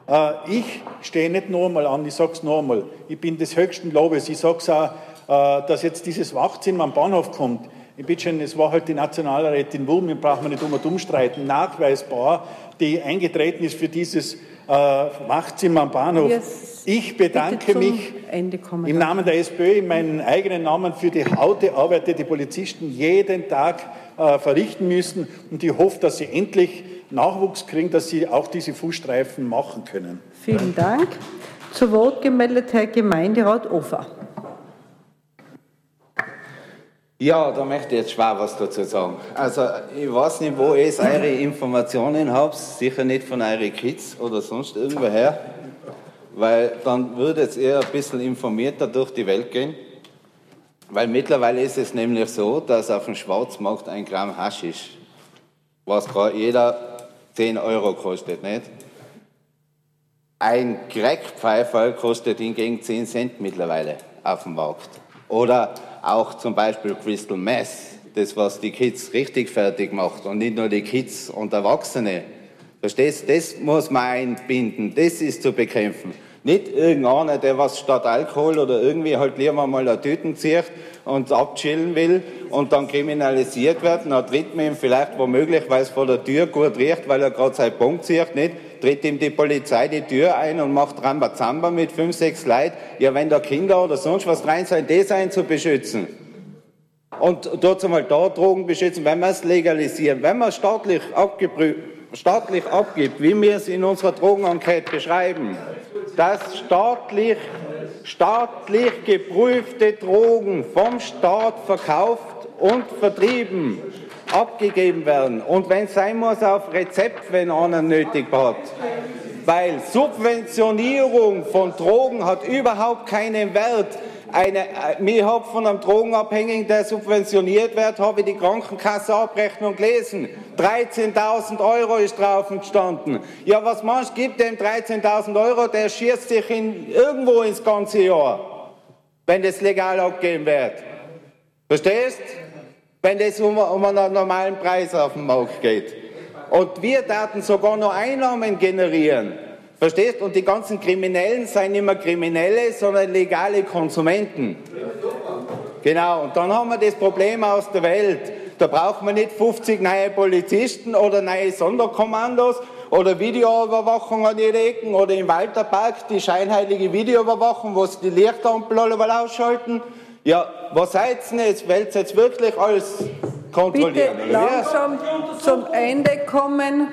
Ich stehe nicht noch einmal an, ich sage es noch einmal. Ich bin des höchsten Lobes. Ich sage es auch, dass jetzt dieses Wachzimmer am Bahnhof kommt. Ich bitte schön, es war halt die Nationalrätin Wurm, den brauchen wir nicht um und umstreiten, nachweisbar, die eingetreten ist für dieses äh, Wachzimmer am Bahnhof. Yes. Ich bedanke mich im Namen der SPÖ, in meinen eigenen Namen, für die harte Arbeit, die die Polizisten jeden Tag äh, verrichten müssen. Und ich hoffe, dass sie endlich Nachwuchs kriegen, dass sie auch diese Fußstreifen machen können. Vielen Dank. Zu Wort gemeldet Herr Gemeinderat Offer. Ja, da möchte ich jetzt schwer was dazu sagen. Also, ich weiß nicht, wo ihr eure Informationen habt, sicher nicht von euren Kids oder sonst irgendwoher, weil dann würdet ihr ein bisschen informierter durch die Welt gehen, weil mittlerweile ist es nämlich so, dass auf dem Schwarzmarkt ein Gramm Haschisch, was gerade jeder zehn Euro kostet, nicht? Ein Crackpfeiferl kostet hingegen zehn Cent mittlerweile auf dem Markt. Oder auch zum Beispiel Crystal Meth, das, was die Kids richtig fertig macht und nicht nur die Kids und Erwachsene. Verstehst du? Das muss man einbinden, das ist zu bekämpfen. Nicht irgendeiner, der was statt Alkohol oder irgendwie halt lieber mal eine Tüten zieht und abchillen will und dann kriminalisiert wird. Dann tritt man ihm vielleicht womöglich, weil es vor der Tür gut riecht, weil er gerade seinen Punkt zieht, nicht? Tritt ihm die Polizei die Tür ein und macht Rambazamba mit fünf, sechs Leuten. Ja, wenn da Kinder oder sonst was rein sein, das einen zu beschützen. Und dort mal da Drogen beschützen, wenn wir es legalisieren, wenn man staatlich, staatlich abgibt, wie wir es in unserer Drogenenquete beschreiben, dass staatlich, staatlich geprüfte Drogen vom Staat verkauft und vertrieben, abgegeben werden. Und wenn es sein muss, auf Rezept, wenn einer nötig hat. Weil Subventionierung von Drogen hat überhaupt keinen Wert. Eine, ich habe von einem Drogenabhängigen, der subventioniert wird, habe ich die Krankenkasseabrechnung gelesen. dreizehntausend Euro ist drauf gestanden. Ja, was meinst du, gibt dem dreizehntausend Euro, der schießt sich in, irgendwo ins ganze Jahr, wenn das legal abgegeben wird. Verstehst? Wenn das um, um einen normalen Preis auf dem Markt geht. Und wir daten sogar noch Einnahmen generieren. Verstehst? Und die ganzen Kriminellen seien nicht mehr Kriminelle, sondern legale Konsumenten. Genau, und dann haben wir das Problem aus der Welt. Da braucht man nicht fünfzig neue Polizisten oder neue Sonderkommandos oder Videoüberwachung an den Ecken oder im Walterpark die scheinheilige Videoüberwachung, wo sie die Lichtampel alle mal ausschalten. Ja, was seid ihr jetzt? Wollt ihr jetzt wirklich alles kontrollieren? Bitte langsam zum Ende kommen.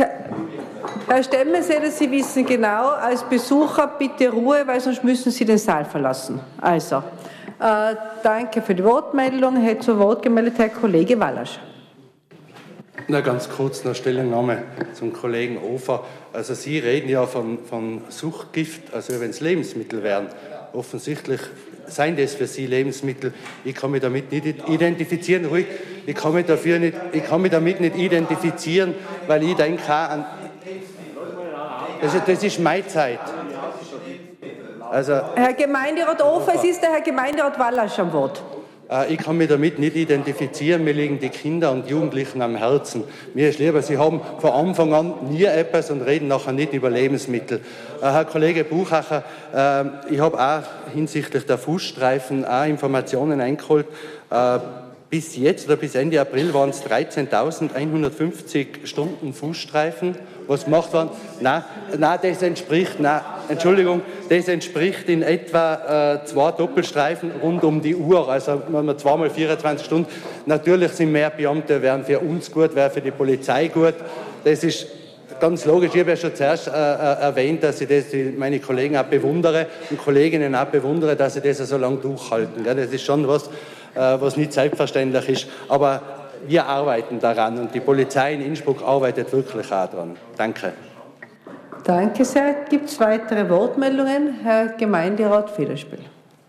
Herr Stemmeseder, Sie wissen genau, als Besucher bitte Ruhe, weil sonst müssen Sie den Saal verlassen. Also, äh, danke für die Wortmeldung. Hätte zu Wort gemeldet Herr Kollege Wallasch. Na, ganz kurz noch Stellungnahme zum Kollegen Hofer. Also Sie reden ja von, von Suchtgift, also wenn es Lebensmittel wären. Offensichtlich seien das für Sie Lebensmittel. Ich kann mich damit nicht identifizieren, ruhig. Ich kann mich, dafür nicht, ich kann mich damit nicht identifizieren, weil ich denke auch an... Das ist, das ist meine Zeit. Also, Herr Gemeinderat Hofer, es ist der Herr Gemeinderat Wallasch am Wort. Äh, ich kann mich damit nicht identifizieren. Mir liegen die Kinder und Jugendlichen am Herzen. Mir ist lieber, Sie haben von Anfang an nie etwas und reden nachher nicht über Lebensmittel. Äh, Herr Kollege Buchacher, äh, ich habe auch hinsichtlich der Fußstreifen auch Informationen eingeholt. Äh, bis jetzt oder bis Ende April waren es dreizehntausendeinhundertfünfzig Stunden Fußstreifen. Was gemacht worden? Nein, nein, das entspricht, nein, Entschuldigung, das entspricht in etwa äh, zwei Doppelstreifen rund um die Uhr, also wenn man zweimal vierundzwanzig Stunden. Natürlich sind mehr Beamte, wären für uns gut, wäre für die Polizei gut. Das ist ganz logisch. Ich habe ja schon zuerst äh, erwähnt, dass ich das, die, meine Kollegen auch bewundere und Kolleginnen auch bewundere, dass sie das so lange durchhalten. Ja, das ist schon was, äh, was nicht selbstverständlich ist. Aber wir arbeiten daran und die Polizei in Innsbruck arbeitet wirklich auch daran. Danke. Danke sehr. Gibt es weitere Wortmeldungen? Herr Gemeinderat Federspiel.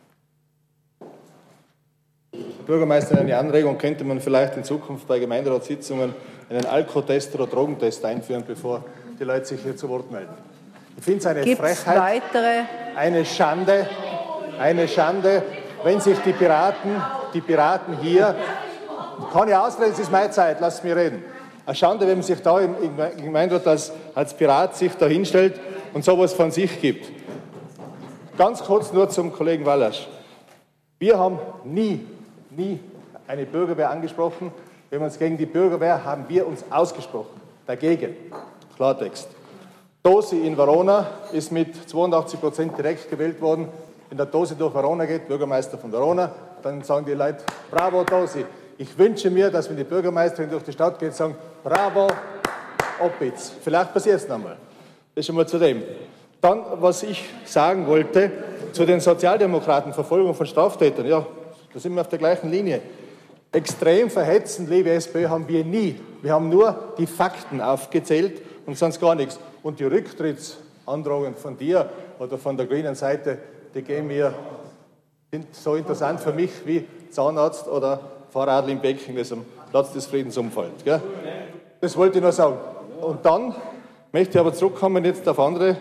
Herr Bürgermeister, eine Anregung: Könnte man vielleicht in Zukunft bei Gemeinderatssitzungen einen Alkotest oder Drogentest einführen, bevor die Leute sich hier zu Wort melden? Ich finde es eine Gibt's Frechheit, weitere? eine Schande, eine Schande, wenn sich die Piraten, die Piraten hier... Kann ich ausreden, es ist meine Zeit, lasst mich reden. Eine Schande, wenn man sich da im, im Gemeinderat als, als Pirat sich da hinstellt und sowas von sich gibt. Ganz kurz nur zum Kollegen Wallasch. Wir haben nie, nie eine Bürgerwehr angesprochen. Wenn wir uns gegen die Bürgerwehr haben wir uns ausgesprochen. Dagegen. Klartext. Dosi in Verona ist mit zweiundachtzig Prozent direkt gewählt worden. Wenn der Dosi durch Verona geht, Bürgermeister von Verona, dann sagen die Leute, bravo Dosi. Ich wünsche mir, dass wenn die Bürgermeisterin durch die Stadt geht, sagen, bravo, Opitz. Vielleicht passiert es nochmal. Das ist schon mal zu dem. Dann, was ich sagen wollte, zu den Sozialdemokraten, Verfolgung von Straftätern. Ja, da sind wir auf der gleichen Linie. Extrem verhetzend, liebe SPÖ, haben wir nie. Wir haben nur die Fakten aufgezählt und sonst gar nichts. Und die Rücktrittsandrohungen von dir oder von der grünen Seite, die gehen mir, sind so interessant für mich wie Zahnarzt oder Fahrradl im Becken, das am Platz des Friedens umfällt. Gell? Das wollte ich nur sagen. Und dann möchte ich aber zurückkommen jetzt auf andere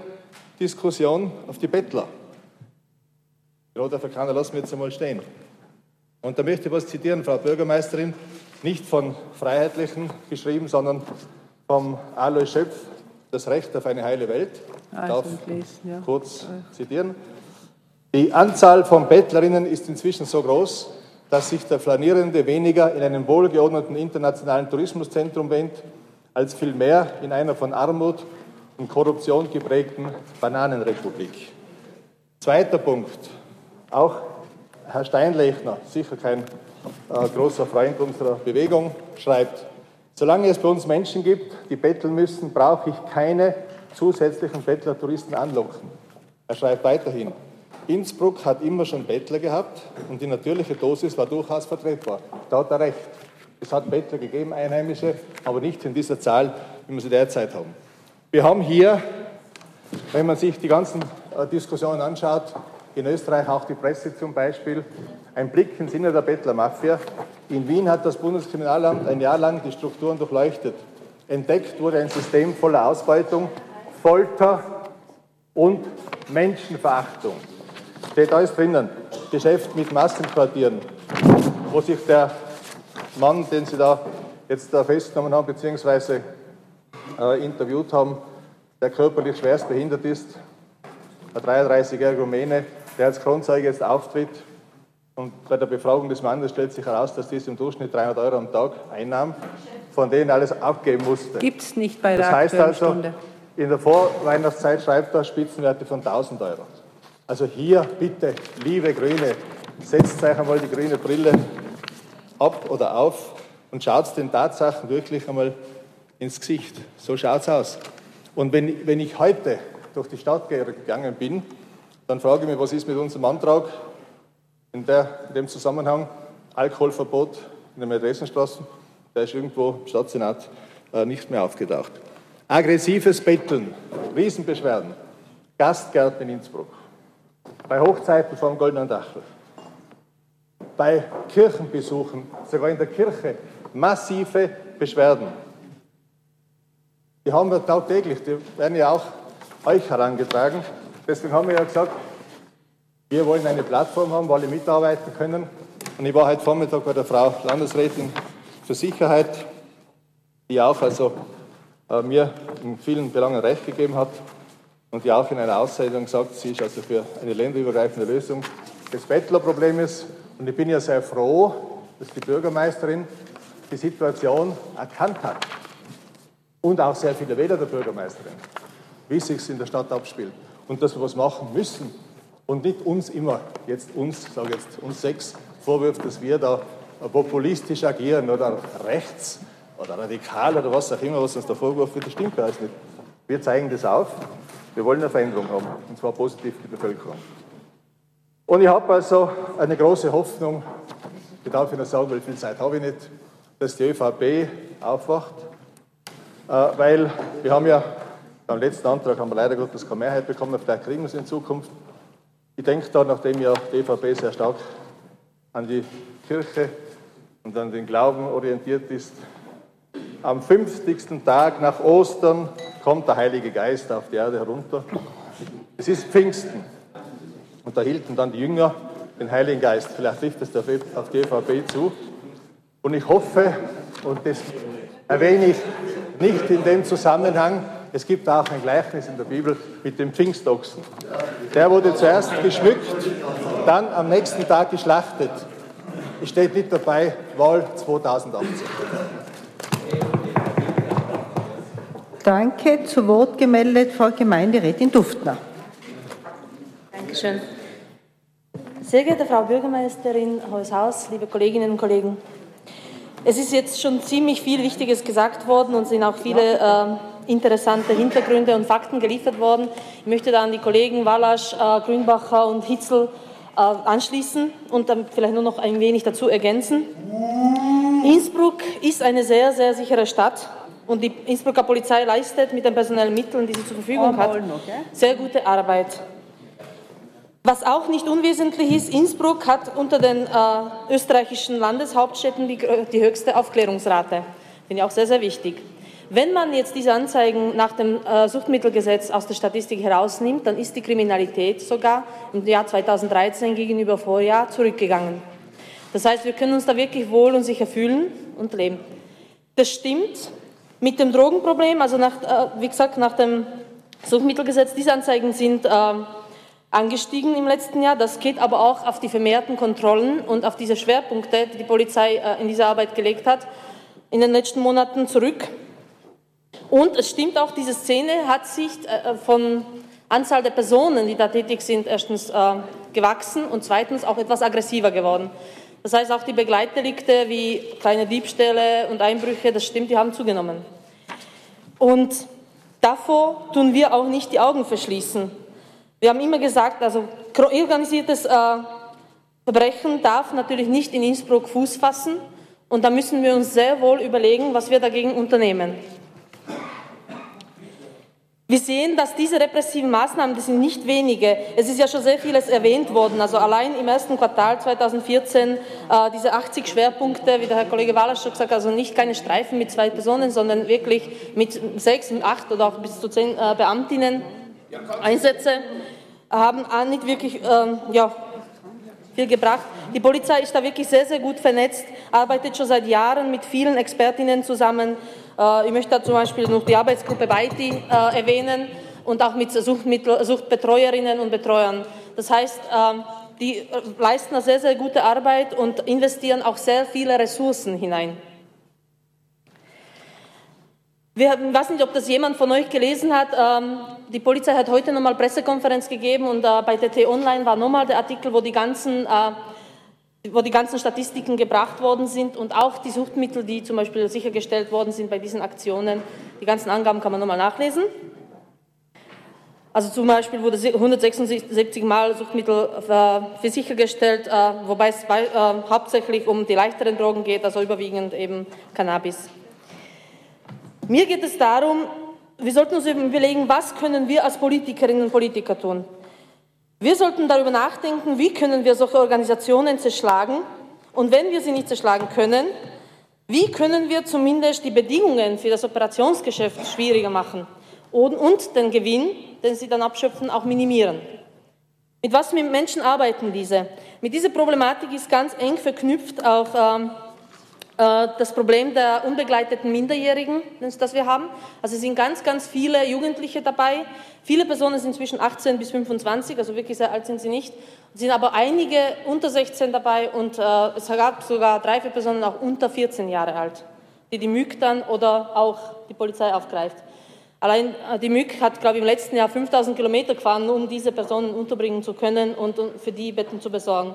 Diskussion, auf die Bettler. Die Rote Afrikaner lassen wir jetzt einmal stehen. Und da möchte ich was zitieren, Frau Bürgermeisterin, nicht von Freiheitlichen geschrieben, sondern vom Alois Schöpf, Das Recht auf eine heile Welt. Ich darf ja. kurz zitieren. Die Anzahl von Bettlerinnen ist inzwischen so groß, dass sich der Flanierende weniger in einem wohlgeordneten internationalen Tourismuszentrum wähnt, als vielmehr in einer von Armut und Korruption geprägten Bananenrepublik. Zweiter Punkt, auch Herr Steinlechner, sicher kein äh, großer Freund unserer Bewegung, schreibt, solange es bei uns Menschen gibt, die betteln müssen, brauche ich keine zusätzlichen Bettlertouristen anlocken. Er schreibt weiterhin, Innsbruck hat immer schon Bettler gehabt und die natürliche Dosis war durchaus vertretbar. Da hat er recht. Es hat Bettler gegeben, Einheimische, aber nicht in dieser Zahl, wie wir sie derzeit haben. Wir haben hier, wenn man sich die ganzen äh, Diskussionen anschaut, in Österreich auch die Presse zum Beispiel, ein Blick im Sinne der Bettlermafia. In Wien hat das Bundeskriminalamt ein Jahr lang die Strukturen durchleuchtet. Entdeckt wurde ein System voller Ausbeutung, Folter und Menschenverachtung. Steht alles drinnen. Geschäft mit Massenquartieren, wo sich der Mann, den Sie da jetzt da festgenommen haben, beziehungsweise äh, interviewt haben, der körperlich schwerst behindert ist, ein dreiunddreißigjähriger Rumäne, der als Kronzeuge jetzt auftritt. Und bei der Befragung des Mannes stellt sich heraus, dass dies im Durchschnitt dreihundert Euro am Tag einnahm, von denen alles abgeben musste. Gibt es nicht bei der Das heißt also, Stunde. In der Vorweihnachtszeit schreibt er Spitzenwerte von tausend Euro. Also hier bitte, liebe Grüne, setzt euch einmal die grüne Brille ab oder auf und schaut den Tatsachen wirklich einmal ins Gesicht. So schaut es aus. Und wenn, wenn ich heute durch die Stadt gegangen bin, dann frage ich mich, was ist mit unserem Antrag in, der, in dem Zusammenhang, Alkoholverbot in den Adressenstraßen, der ist irgendwo im Stadtsenat äh, nicht mehr aufgetaucht. Aggressives Betteln, Riesenbeschwerden, Gastgärten in Innsbruck, bei Hochzeiten vor dem Goldenen Dachel, bei Kirchenbesuchen, sogar in der Kirche, massive Beschwerden. Die haben wir tagtäglich, die werden ja auch euch herangetragen. Deswegen haben wir ja gesagt, wir wollen eine Plattform haben, wo alle mitarbeiten können. Und ich war heute Vormittag bei der Frau Landesrätin für Sicherheit, die auch also äh, mir in vielen Belangen Recht gegeben hat und die auch in einer Aussendung sagt, sie ist also für eine länderübergreifende Lösung des Bettlerproblems. Und ich bin ja sehr froh, dass die Bürgermeisterin die Situation erkannt hat. Und auch sehr viele Wähler der Bürgermeisterin, wie es sich in der Stadt abspielt. Und dass wir was machen müssen und nicht uns immer, jetzt uns, sage jetzt uns sechs, vorwirft, dass wir da populistisch agieren oder rechts oder radikal oder was auch immer, was uns da vorgeworfen wird, das stimmt bei uns nicht. Wir zeigen das auf, wir wollen eine Veränderung haben, und zwar positiv für die Bevölkerung. Und ich habe also eine große Hoffnung, ich darf Ihnen sagen, weil viel Zeit habe ich nicht, dass die ÖVP aufwacht, weil wir haben ja beim letzten Antrag haben wir leider Gottes keine Mehrheit bekommen, vielleicht kriegen wir es in Zukunft. Ich denke da, nachdem ja die ÖVP sehr stark an die Kirche und an den Glauben orientiert ist, am fünfzigsten Tag nach Ostern kommt der Heilige Geist auf die Erde herunter. Es ist Pfingsten. Und da hielten dann die Jünger den Heiligen Geist. Vielleicht trifft es auf die ÖVP zu. Und ich hoffe, und das erwähne ich nicht in dem Zusammenhang, es gibt auch ein Gleichnis in der Bibel mit dem Pfingstochsen. Der wurde zuerst geschmückt, dann am nächsten Tag geschlachtet. Es steht nicht dabei, Wahl zweitausendachtzehn. Danke. Zu Wort gemeldet Frau Gemeinderätin Duftner. Dankeschön. Sehr geehrte Frau Bürgermeisterin, Hohes Haus, liebe Kolleginnen und Kollegen. Es ist jetzt schon ziemlich viel Wichtiges gesagt worden und sind auch viele äh, interessante Hintergründe und Fakten geliefert worden. Ich möchte da an die Kollegen Wallasch, äh, Grünbacher und Hitzel äh, anschließen und dann vielleicht nur noch ein wenig dazu ergänzen. Innsbruck ist eine sehr, sehr sichere Stadt und die Innsbrucker Polizei leistet mit den personellen Mitteln, die sie zur Verfügung hat, sehr gute Arbeit. Was auch nicht unwesentlich ist, Innsbruck hat unter den äh, österreichischen Landeshauptstädten die, die höchste Aufklärungsrate. Finde ich auch sehr, sehr wichtig. Wenn man jetzt diese Anzeigen nach dem äh, Suchtmittelgesetz aus der Statistik herausnimmt, dann ist die Kriminalität sogar im Jahr zweitausenddreizehn gegenüber Vorjahr zurückgegangen. Das heißt, wir können uns da wirklich wohl und sicher fühlen und leben. Das stimmt mit dem Drogenproblem, also nach, wie gesagt, nach dem Suchtmittelgesetz, diese Anzeigen sind äh, angestiegen im letzten Jahr. Das geht aber auch auf die vermehrten Kontrollen und auf diese Schwerpunkte, die die Polizei äh, in diese Arbeit gelegt hat, in den letzten Monaten zurück. Und es stimmt auch, diese Szene hat sich äh, von Anzahl der Personen, die da tätig sind, erstens äh, gewachsen und zweitens auch etwas aggressiver geworden. Das heißt, auch die Begleitdelikte wie kleine Diebstähle und Einbrüche, das stimmt, die haben zugenommen. Und davor tun wir auch nicht die Augen verschließen. Wir haben immer gesagt, also organisiertes äh, Verbrechen darf natürlich nicht in Innsbruck Fuß fassen und da müssen wir uns sehr wohl überlegen, was wir dagegen unternehmen. Wir sehen, dass diese repressiven Maßnahmen, das sind nicht wenige. Es ist ja schon sehr vieles erwähnt worden. Also allein im ersten Quartal zweitausendvierzehn äh, diese achtzig Schwerpunkte, wie der Herr Kollege Waller schon gesagt hat, also nicht keine Streifen mit zwei Personen, sondern wirklich mit sechs, mit acht oder auch bis zu zehn äh, Beamtinnen Einsätze, haben auch nicht wirklich ähm, ja, viel gebracht. Die Polizei ist da wirklich sehr, sehr gut vernetzt, arbeitet schon seit Jahren mit vielen Expertinnen zusammen. Ich möchte da zum Beispiel noch die Arbeitsgruppe Weiti äh, erwähnen und auch mit Suchtmittel, Suchtbetreuerinnen und Betreuern. Das heißt, äh, die leisten eine sehr, sehr gute Arbeit und investieren auch sehr viele Ressourcen hinein. Wir, ich weiß nicht, ob das jemand von euch gelesen hat. Ähm, die Polizei hat heute nochmal Pressekonferenz gegeben und äh, bei T T Online war nochmal der Artikel, wo die ganzen äh, wo die ganzen Statistiken gebracht worden sind und auch die Suchtmittel, die zum Beispiel sichergestellt worden sind bei diesen Aktionen. Die ganzen Angaben kann man nochmal nachlesen. Also zum Beispiel wurde hundertsechsundsiebzig Mal Suchtmittel für, für sichergestellt, äh, wobei es bei, äh, hauptsächlich um die leichteren Drogen geht, also überwiegend eben Cannabis. Mir geht es darum, wir sollten uns überlegen, was können wir als Politikerinnen und Politiker tun. Wir sollten darüber nachdenken, wie können wir solche Organisationen zerschlagen und wenn wir sie nicht zerschlagen können, wie können wir zumindest die Bedingungen für das Operationsgeschäft schwieriger machen und, und den Gewinn, den sie dann abschöpfen, auch minimieren. Mit was für Menschen arbeiten diese? Mit dieser Problematik ist ganz eng verknüpft auch ähm, äh, das Problem der unbegleiteten Minderjährigen, das wir haben. Also es sind ganz, ganz viele Jugendliche dabei. Viele Personen sind zwischen achtzehn bis fünfundzwanzig, also wirklich sehr alt sind sie nicht. Es sind aber einige unter sechzehn dabei und äh, es gab sogar drei, vier Personen auch unter vierzehn Jahre alt, die die M Ü G dann oder auch die Polizei aufgreift. Allein äh, die M Ü G hat, glaube ich, im letzten Jahr fünftausend Kilometer gefahren, um diese Personen unterbringen zu können und, und für die Betten zu besorgen.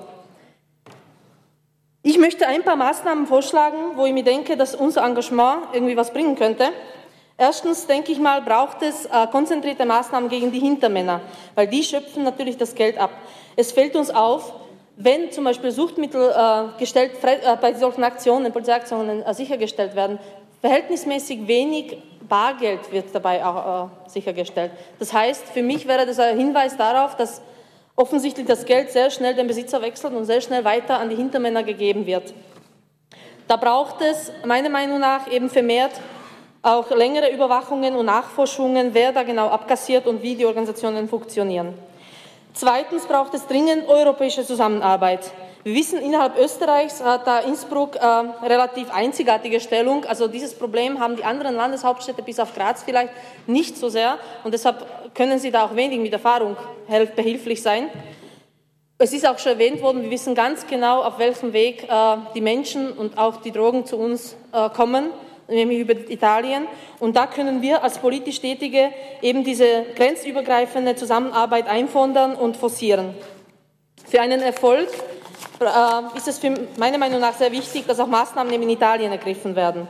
Ich möchte ein paar Maßnahmen vorschlagen, wo ich mir denke, dass unser Engagement irgendwie was bringen könnte. Erstens, denke ich mal, braucht es äh, konzentrierte Maßnahmen gegen die Hintermänner, weil die schöpfen natürlich das Geld ab. Es fällt uns auf, wenn zum Beispiel Suchtmittel äh, gestellt, äh, bei solchen Aktionen, Polizeiaktionen äh, sichergestellt werden, verhältnismäßig wenig Bargeld wird dabei auch äh, sichergestellt. Das heißt, für mich wäre das ein Hinweis darauf, dass offensichtlich das Geld sehr schnell den Besitzer wechselt und sehr schnell weiter an die Hintermänner gegeben wird. Da braucht es meiner Meinung nach eben vermehrt auch längere Überwachungen und Nachforschungen, wer da genau abkassiert und wie die Organisationen funktionieren. Zweitens braucht es dringend europäische Zusammenarbeit. Wir wissen, innerhalb Österreichs hat da Innsbruck äh, relativ einzigartige Stellung. Also dieses Problem haben die anderen Landeshauptstädte bis auf Graz vielleicht nicht so sehr. Und deshalb können sie da auch wenig mit Erfahrung behilflich sein. Es ist auch schon erwähnt worden, wir wissen ganz genau, auf welchem Weg äh, die Menschen und auch die Drogen zu uns äh, kommen, nämlich über Italien. Und da können wir als politisch Tätige eben diese grenzübergreifende Zusammenarbeit einfordern und forcieren. Für einen Erfolg äh, ist es für meiner Meinung nach sehr wichtig, dass auch Maßnahmen in Italien ergriffen werden.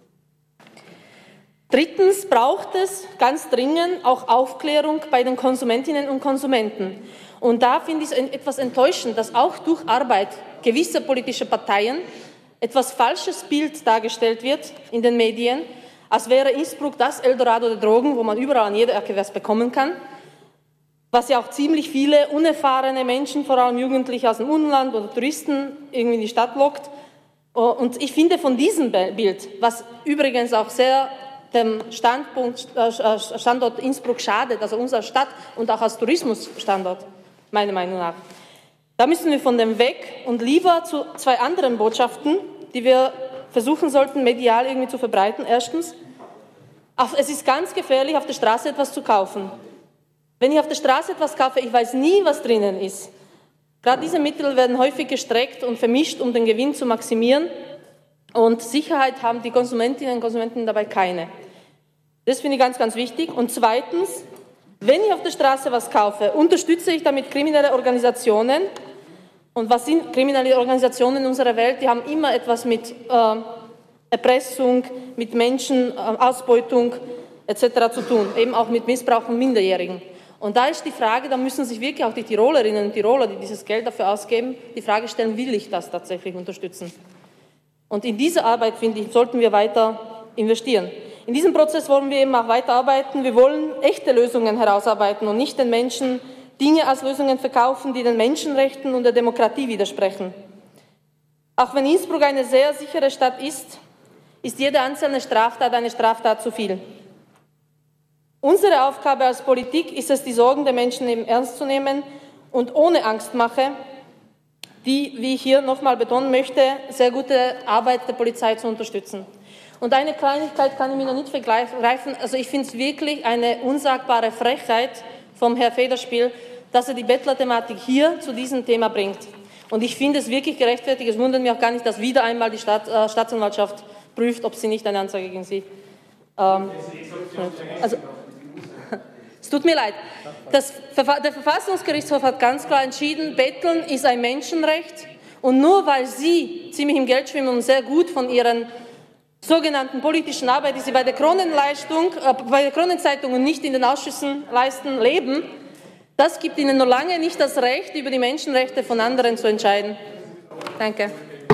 Drittens braucht es ganz dringend auch Aufklärung bei den Konsumentinnen und Konsumenten. Und da finde ich es etwas enttäuschend, dass auch durch Arbeit gewisser politischer Parteien etwas falsches Bild dargestellt wird in den Medien, als wäre Innsbruck das Eldorado der Drogen, wo man überall an jeder Ecke was bekommen kann, was ja auch ziemlich viele unerfahrene Menschen, vor allem Jugendliche aus dem Umland oder Touristen, irgendwie in die Stadt lockt. Und ich finde von diesem Bild, was übrigens auch sehr dem Standpunkt, Standort Innsbruck schadet, also unserer Stadt und auch als Tourismusstandort, meiner Meinung nach, Da müssen wir von dem weg und lieber zu zwei anderen Botschaften, die wir versuchen sollten, medial irgendwie zu verbreiten. Erstens, es ist ganz gefährlich, auf der Straße etwas zu kaufen. Wenn ich auf der Straße etwas kaufe, ich weiß nie, was drinnen ist. Gerade diese Mittel werden häufig gestreckt und vermischt, um den Gewinn zu maximieren. Und Sicherheit haben die Konsumentinnen und Konsumenten dabei keine. Das finde ich ganz, ganz wichtig. Und zweitens, wenn ich auf der Straße was kaufe, unterstütze ich damit kriminelle Organisationen. Und was sind kriminelle Organisationen in unserer Welt? Die haben immer etwas mit äh, Erpressung, mit Menschenausbeutung et cetera zu tun, eben auch mit Missbrauch von Minderjährigen. Und da ist die Frage, da müssen sich wirklich auch die Tirolerinnen und Tiroler, die dieses Geld dafür ausgeben, die Frage stellen, will ich das tatsächlich unterstützen? Und in diese Arbeit, finde ich, sollten wir weiter investieren. In diesem Prozess wollen wir eben auch weiterarbeiten. Wir wollen echte Lösungen herausarbeiten und nicht den Menschen Dinge als Lösungen verkaufen, die den Menschenrechten und der Demokratie widersprechen. Auch wenn Innsbruck eine sehr sichere Stadt ist, ist jede einzelne Straftat eine Straftat zu viel. Unsere Aufgabe als Politik ist es, die Sorgen der Menschen eben ernst zu nehmen und ohne Angstmache die, wie ich hier nochmal betonen möchte, sehr gute Arbeit der Polizei zu unterstützen. Und eine Kleinigkeit kann ich mir noch nicht vergreifen. Also ich finde es wirklich eine unsagbare Frechheit vom Herrn Federspiel, dass er die Bettler-Thematik hier zu diesem Thema bringt. Und ich finde es wirklich gerechtfertigt. Es wundert mich auch gar nicht, dass wieder einmal die Staat, äh, Staatsanwaltschaft prüft, ob sie nicht eine Anzeige gegen sie. Ähm, also, es tut mir leid. Das, der Verfassungsgerichtshof hat ganz klar entschieden, Betteln ist ein Menschenrecht. Und nur weil Sie ziemlich im Geld schwimmen und sehr gut von Ihren sogenannten politischen Arbeit, die Sie bei der Kronenleistung, äh, bei der Kronenzeitung und nicht in den Ausschüssen leisten, leben, das gibt Ihnen noch lange nicht das Recht, über die Menschenrechte von anderen zu entscheiden. Danke.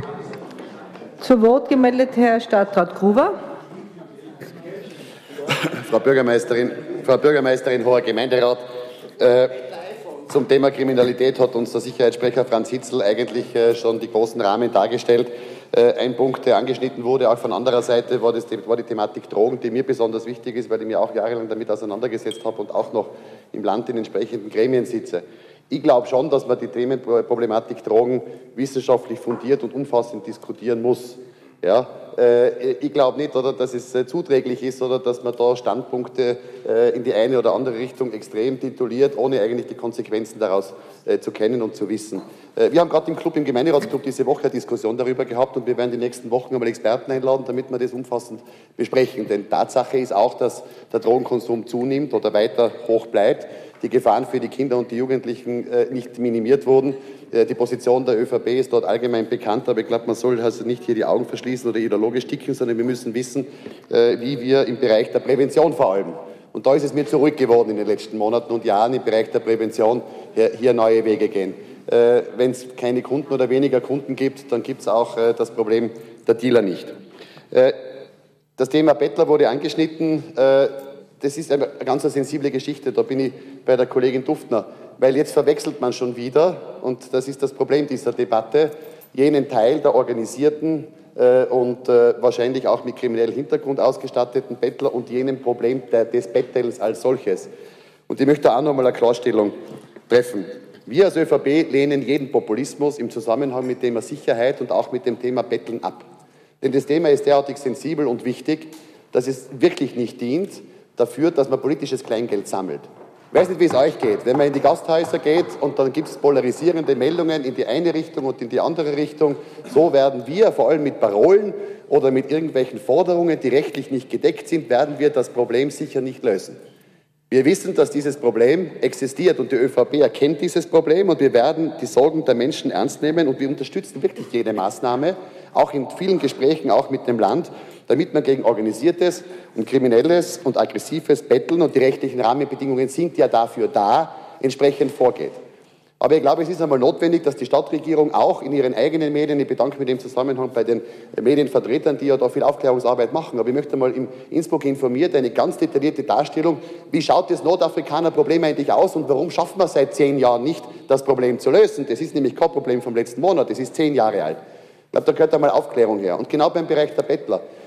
Zu Wort gemeldet Herr Stadtrat Gruber. Frau Bürgermeisterin, Frau Bürgermeisterin, hoher Gemeinderat, äh, zum Thema Kriminalität hat uns der Sicherheitssprecher Franz Hitzl eigentlich äh, schon die großen Rahmen dargestellt. Äh, ein Punkt, der angeschnitten wurde, auch von anderer Seite, war, das, war die Thematik Drogen, die mir besonders wichtig ist, weil ich mich auch jahrelang damit auseinandergesetzt habe und auch noch im Land in entsprechenden Gremien sitze. Ich glaube schon, dass man die Themenproblematik Drogen wissenschaftlich fundiert und umfassend diskutieren muss. Ja, äh, ich glaube nicht, oder, dass es äh, zuträglich ist oder dass man da Standpunkte äh, in die eine oder andere Richtung extrem tituliert, ohne eigentlich die Konsequenzen daraus äh, zu kennen und zu wissen. Äh, wir haben gerade im Club, im Gemeinderatsclub diese Woche eine Diskussion darüber gehabt und wir werden die nächsten Wochen einmal Experten einladen, damit wir das umfassend besprechen. Denn Tatsache ist auch, dass der Drogenkonsum zunimmt oder weiter hoch bleibt. Die Gefahren für die Kinder und die Jugendlichen äh, nicht minimiert wurden. Äh, die Position der ÖVP ist dort allgemein bekannt, aber ich glaube, man soll also nicht hier die Augen verschließen oder ideologisch ticken, sondern wir müssen wissen, äh, wie wir im Bereich der Prävention vor allem, und da ist es mir zurück geworden in den letzten Monaten und Jahren, im Bereich der Prävention hier, hier neue Wege gehen. Äh, Wenn es keine Kunden oder weniger Kunden gibt, dann gibt es auch äh, das Problem der Dealer nicht. Äh, das Thema Bettler wurde angeschnitten. Äh, Das ist eine ganz sensible Geschichte, da bin ich bei der Kollegin Duftner, weil jetzt verwechselt man schon wieder, und das ist das Problem dieser Debatte, jenen Teil der organisierten äh, und äh, wahrscheinlich auch mit kriminellem Hintergrund ausgestatteten Bettler und jenem Problem der, des Bettelns als solches. Und ich möchte auch noch einmal eine Klarstellung treffen. Wir als ÖVP lehnen jeden Populismus im Zusammenhang mit dem Thema Sicherheit und auch mit dem Thema Betteln ab. Denn das Thema ist derartig sensibel und wichtig, dass es wirklich nicht dient, dafür, dass man politisches Kleingeld sammelt. Ich weiß nicht, wie es euch geht. Wenn man in die Gasthäuser geht und dann gibt es polarisierende Meldungen in die eine Richtung und in die andere Richtung, so werden wir, vor allem mit Parolen oder mit irgendwelchen Forderungen, die rechtlich nicht gedeckt sind, werden wir das Problem sicher nicht lösen. Wir wissen, dass dieses Problem existiert und die ÖVP erkennt dieses Problem und wir werden die Sorgen der Menschen ernst nehmen und wir unterstützen wirklich jede Maßnahme, auch in vielen Gesprächen, auch mit dem Land, damit man gegen organisiertes und kriminelles und aggressives Betteln, und die rechtlichen Rahmenbedingungen sind ja dafür da, entsprechend vorgeht. Aber ich glaube, es ist einmal notwendig, dass die Stadtregierung auch in ihren eigenen Medien, ich bedanke mich in dem Zusammenhang bei den Medienvertretern, die ja da viel Aufklärungsarbeit machen, aber ich möchte mal in Innsbruck informiert, eine ganz detaillierte Darstellung, wie schaut das Nordafrikaner-Problem eigentlich aus und warum schaffen wir seit zehn Jahren nicht, das Problem zu lösen. Das ist nämlich kein Problem vom letzten Monat, das ist zehn Jahre alt. Ich glaube, da gehört einmal Aufklärung her. Und genau beim Bereich der Bettler.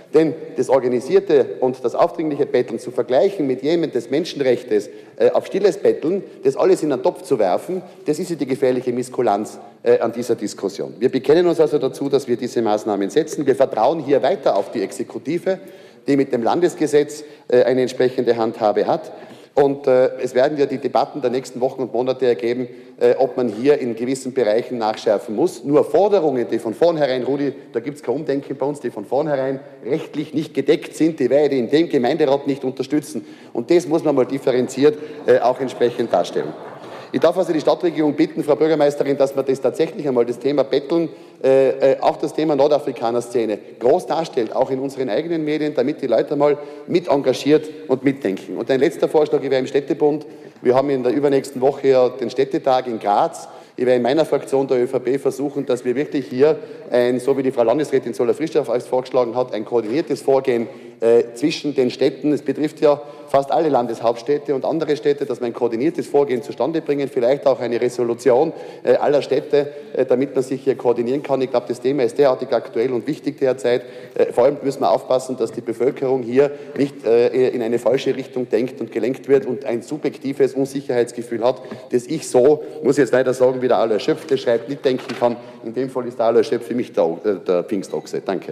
Denn das organisierte und das aufdringliche Betteln zu vergleichen mit jenem des Menschenrechts äh, auf stilles Betteln, das alles in einen Topf zu werfen, das ist ja die gefährliche Misskulanz äh, an dieser Diskussion. Wir bekennen uns also dazu, dass wir diese Maßnahmen setzen. Wir vertrauen hier weiter auf die Exekutive, die mit dem Landesgesetz äh, eine entsprechende Handhabe hat. Und äh, es werden ja die Debatten der nächsten Wochen und Monate ergeben, äh, ob man hier in gewissen Bereichen nachschärfen muss. Nur Forderungen, die von vornherein, Rudi, da gibt es kein Umdenken bei uns, die von vornherein rechtlich nicht gedeckt sind, die werde ich in dem Gemeinderat nicht unterstützen. Und das muss man mal differenziert äh, auch entsprechend darstellen. Ich darf also die Stadtregierung bitten, Frau Bürgermeisterin, dass man das tatsächlich einmal, das Thema Betteln, äh, auch das Thema Nordafrikaner-Szene groß darstellt, auch in unseren eigenen Medien, damit die Leute mal mit engagiert und mitdenken. Und ein letzter Vorschlag, ich wäre im Städtebund, wir haben in der übernächsten Woche ja den Städtetag in Graz. Ich werde in meiner Fraktion der ÖVP versuchen, dass wir wirklich hier ein, so wie die Frau Landesrätin Zoller-Frischdorf es vorgeschlagen hat, ein koordiniertes Vorgehen äh, zwischen den Städten. Es betrifft ja fast alle Landeshauptstädte und andere Städte, dass wir ein koordiniertes Vorgehen zustande bringen, vielleicht auch eine Resolution äh, aller Städte, äh, damit man sich hier koordinieren kann. Ich glaube, das Thema ist derartig aktuell und wichtig derzeit. Äh, vor allem müssen wir aufpassen, dass die Bevölkerung hier nicht äh, in eine falsche Richtung denkt und gelenkt wird und ein subjektives Unsicherheitsgefühl hat, das ich so, muss ich jetzt leider sagen, wie der Alois Schöpf das schreibt, nicht denken kann. In dem Fall ist der Alois Schöpf für mich der, äh, der Pfingstochse. Danke.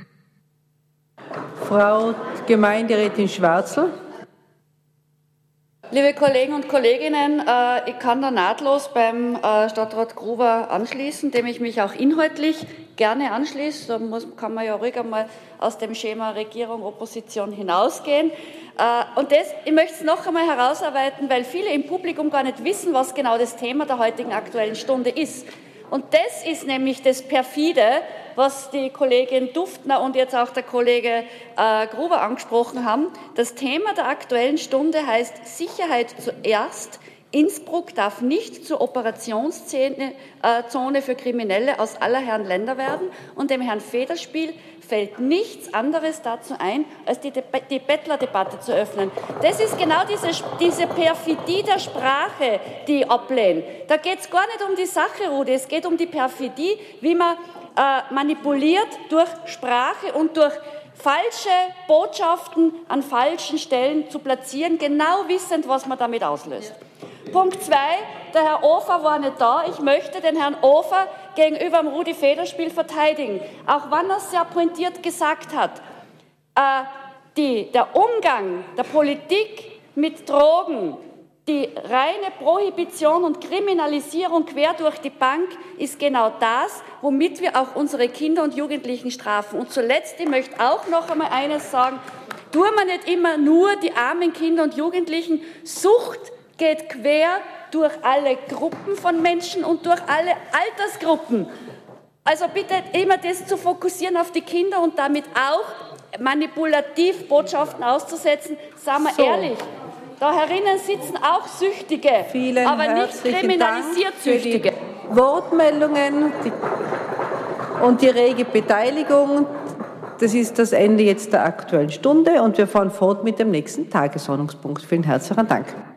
Frau Gemeinderätin Schwarzel. Liebe Kollegen und Kolleginnen, äh, ich kann da nahtlos beim äh, Stadtrat Gruber anschließen, dem ich mich auch inhaltlich gerne anschließe. Da muss, kann man ja ruhig einmal aus dem Schema Regierung, Opposition hinausgehen. Äh, und das, ich möchte es noch einmal herausarbeiten, weil viele im Publikum gar nicht wissen, was genau das Thema der heutigen Aktuellen Stunde ist. Und das ist nämlich das Perfide, was die Kollegin Duftner und jetzt auch der Kollege äh, Gruber angesprochen haben. Das Thema der Aktuellen Stunde heißt Sicherheit zuerst. Innsbruck darf nicht zur Operationszone äh, für Kriminelle aus aller Herren Länder werden. Und dem Herrn Federspiel fällt nichts anderes dazu ein, als die, De die Bettlerdebatte zu öffnen. Das ist genau diese, diese Perfidie der Sprache, die ich ablehne. Da geht es gar nicht um die Sache, Rudi, es geht um die Perfidie, wie man äh, manipuliert durch Sprache und durch falsche Botschaften an falschen Stellen zu platzieren, genau wissend, was man damit auslöst. Punkt zwei, der Herr Ofer war nicht da. Ich möchte den Herrn Ofer gegenüber dem Rudi Federspiel verteidigen. Auch wenn er es sehr pointiert gesagt hat, äh, die, der Umgang der Politik mit Drogen, die reine Prohibition und Kriminalisierung quer durch die Bank ist genau das, womit wir auch unsere Kinder und Jugendlichen strafen. Und zuletzt, ich möchte auch noch einmal eines sagen, tun wir nicht immer nur die armen Kinder und Jugendlichen. Sucht geht quer durch alle Gruppen von Menschen und durch alle Altersgruppen. Also bitte immer das zu fokussieren auf die Kinder und damit auch manipulativ Botschaften auszusetzen. Seien wir so ehrlich, da herinnen sitzen auch Süchtige, Vielen aber nicht kriminalisiert Süchtige. Die Wortmeldungen und die rege Beteiligung. Das ist das Ende jetzt der Aktuellen Stunde und wir fahren fort mit dem nächsten Tagesordnungspunkt. Vielen herzlichen Dank.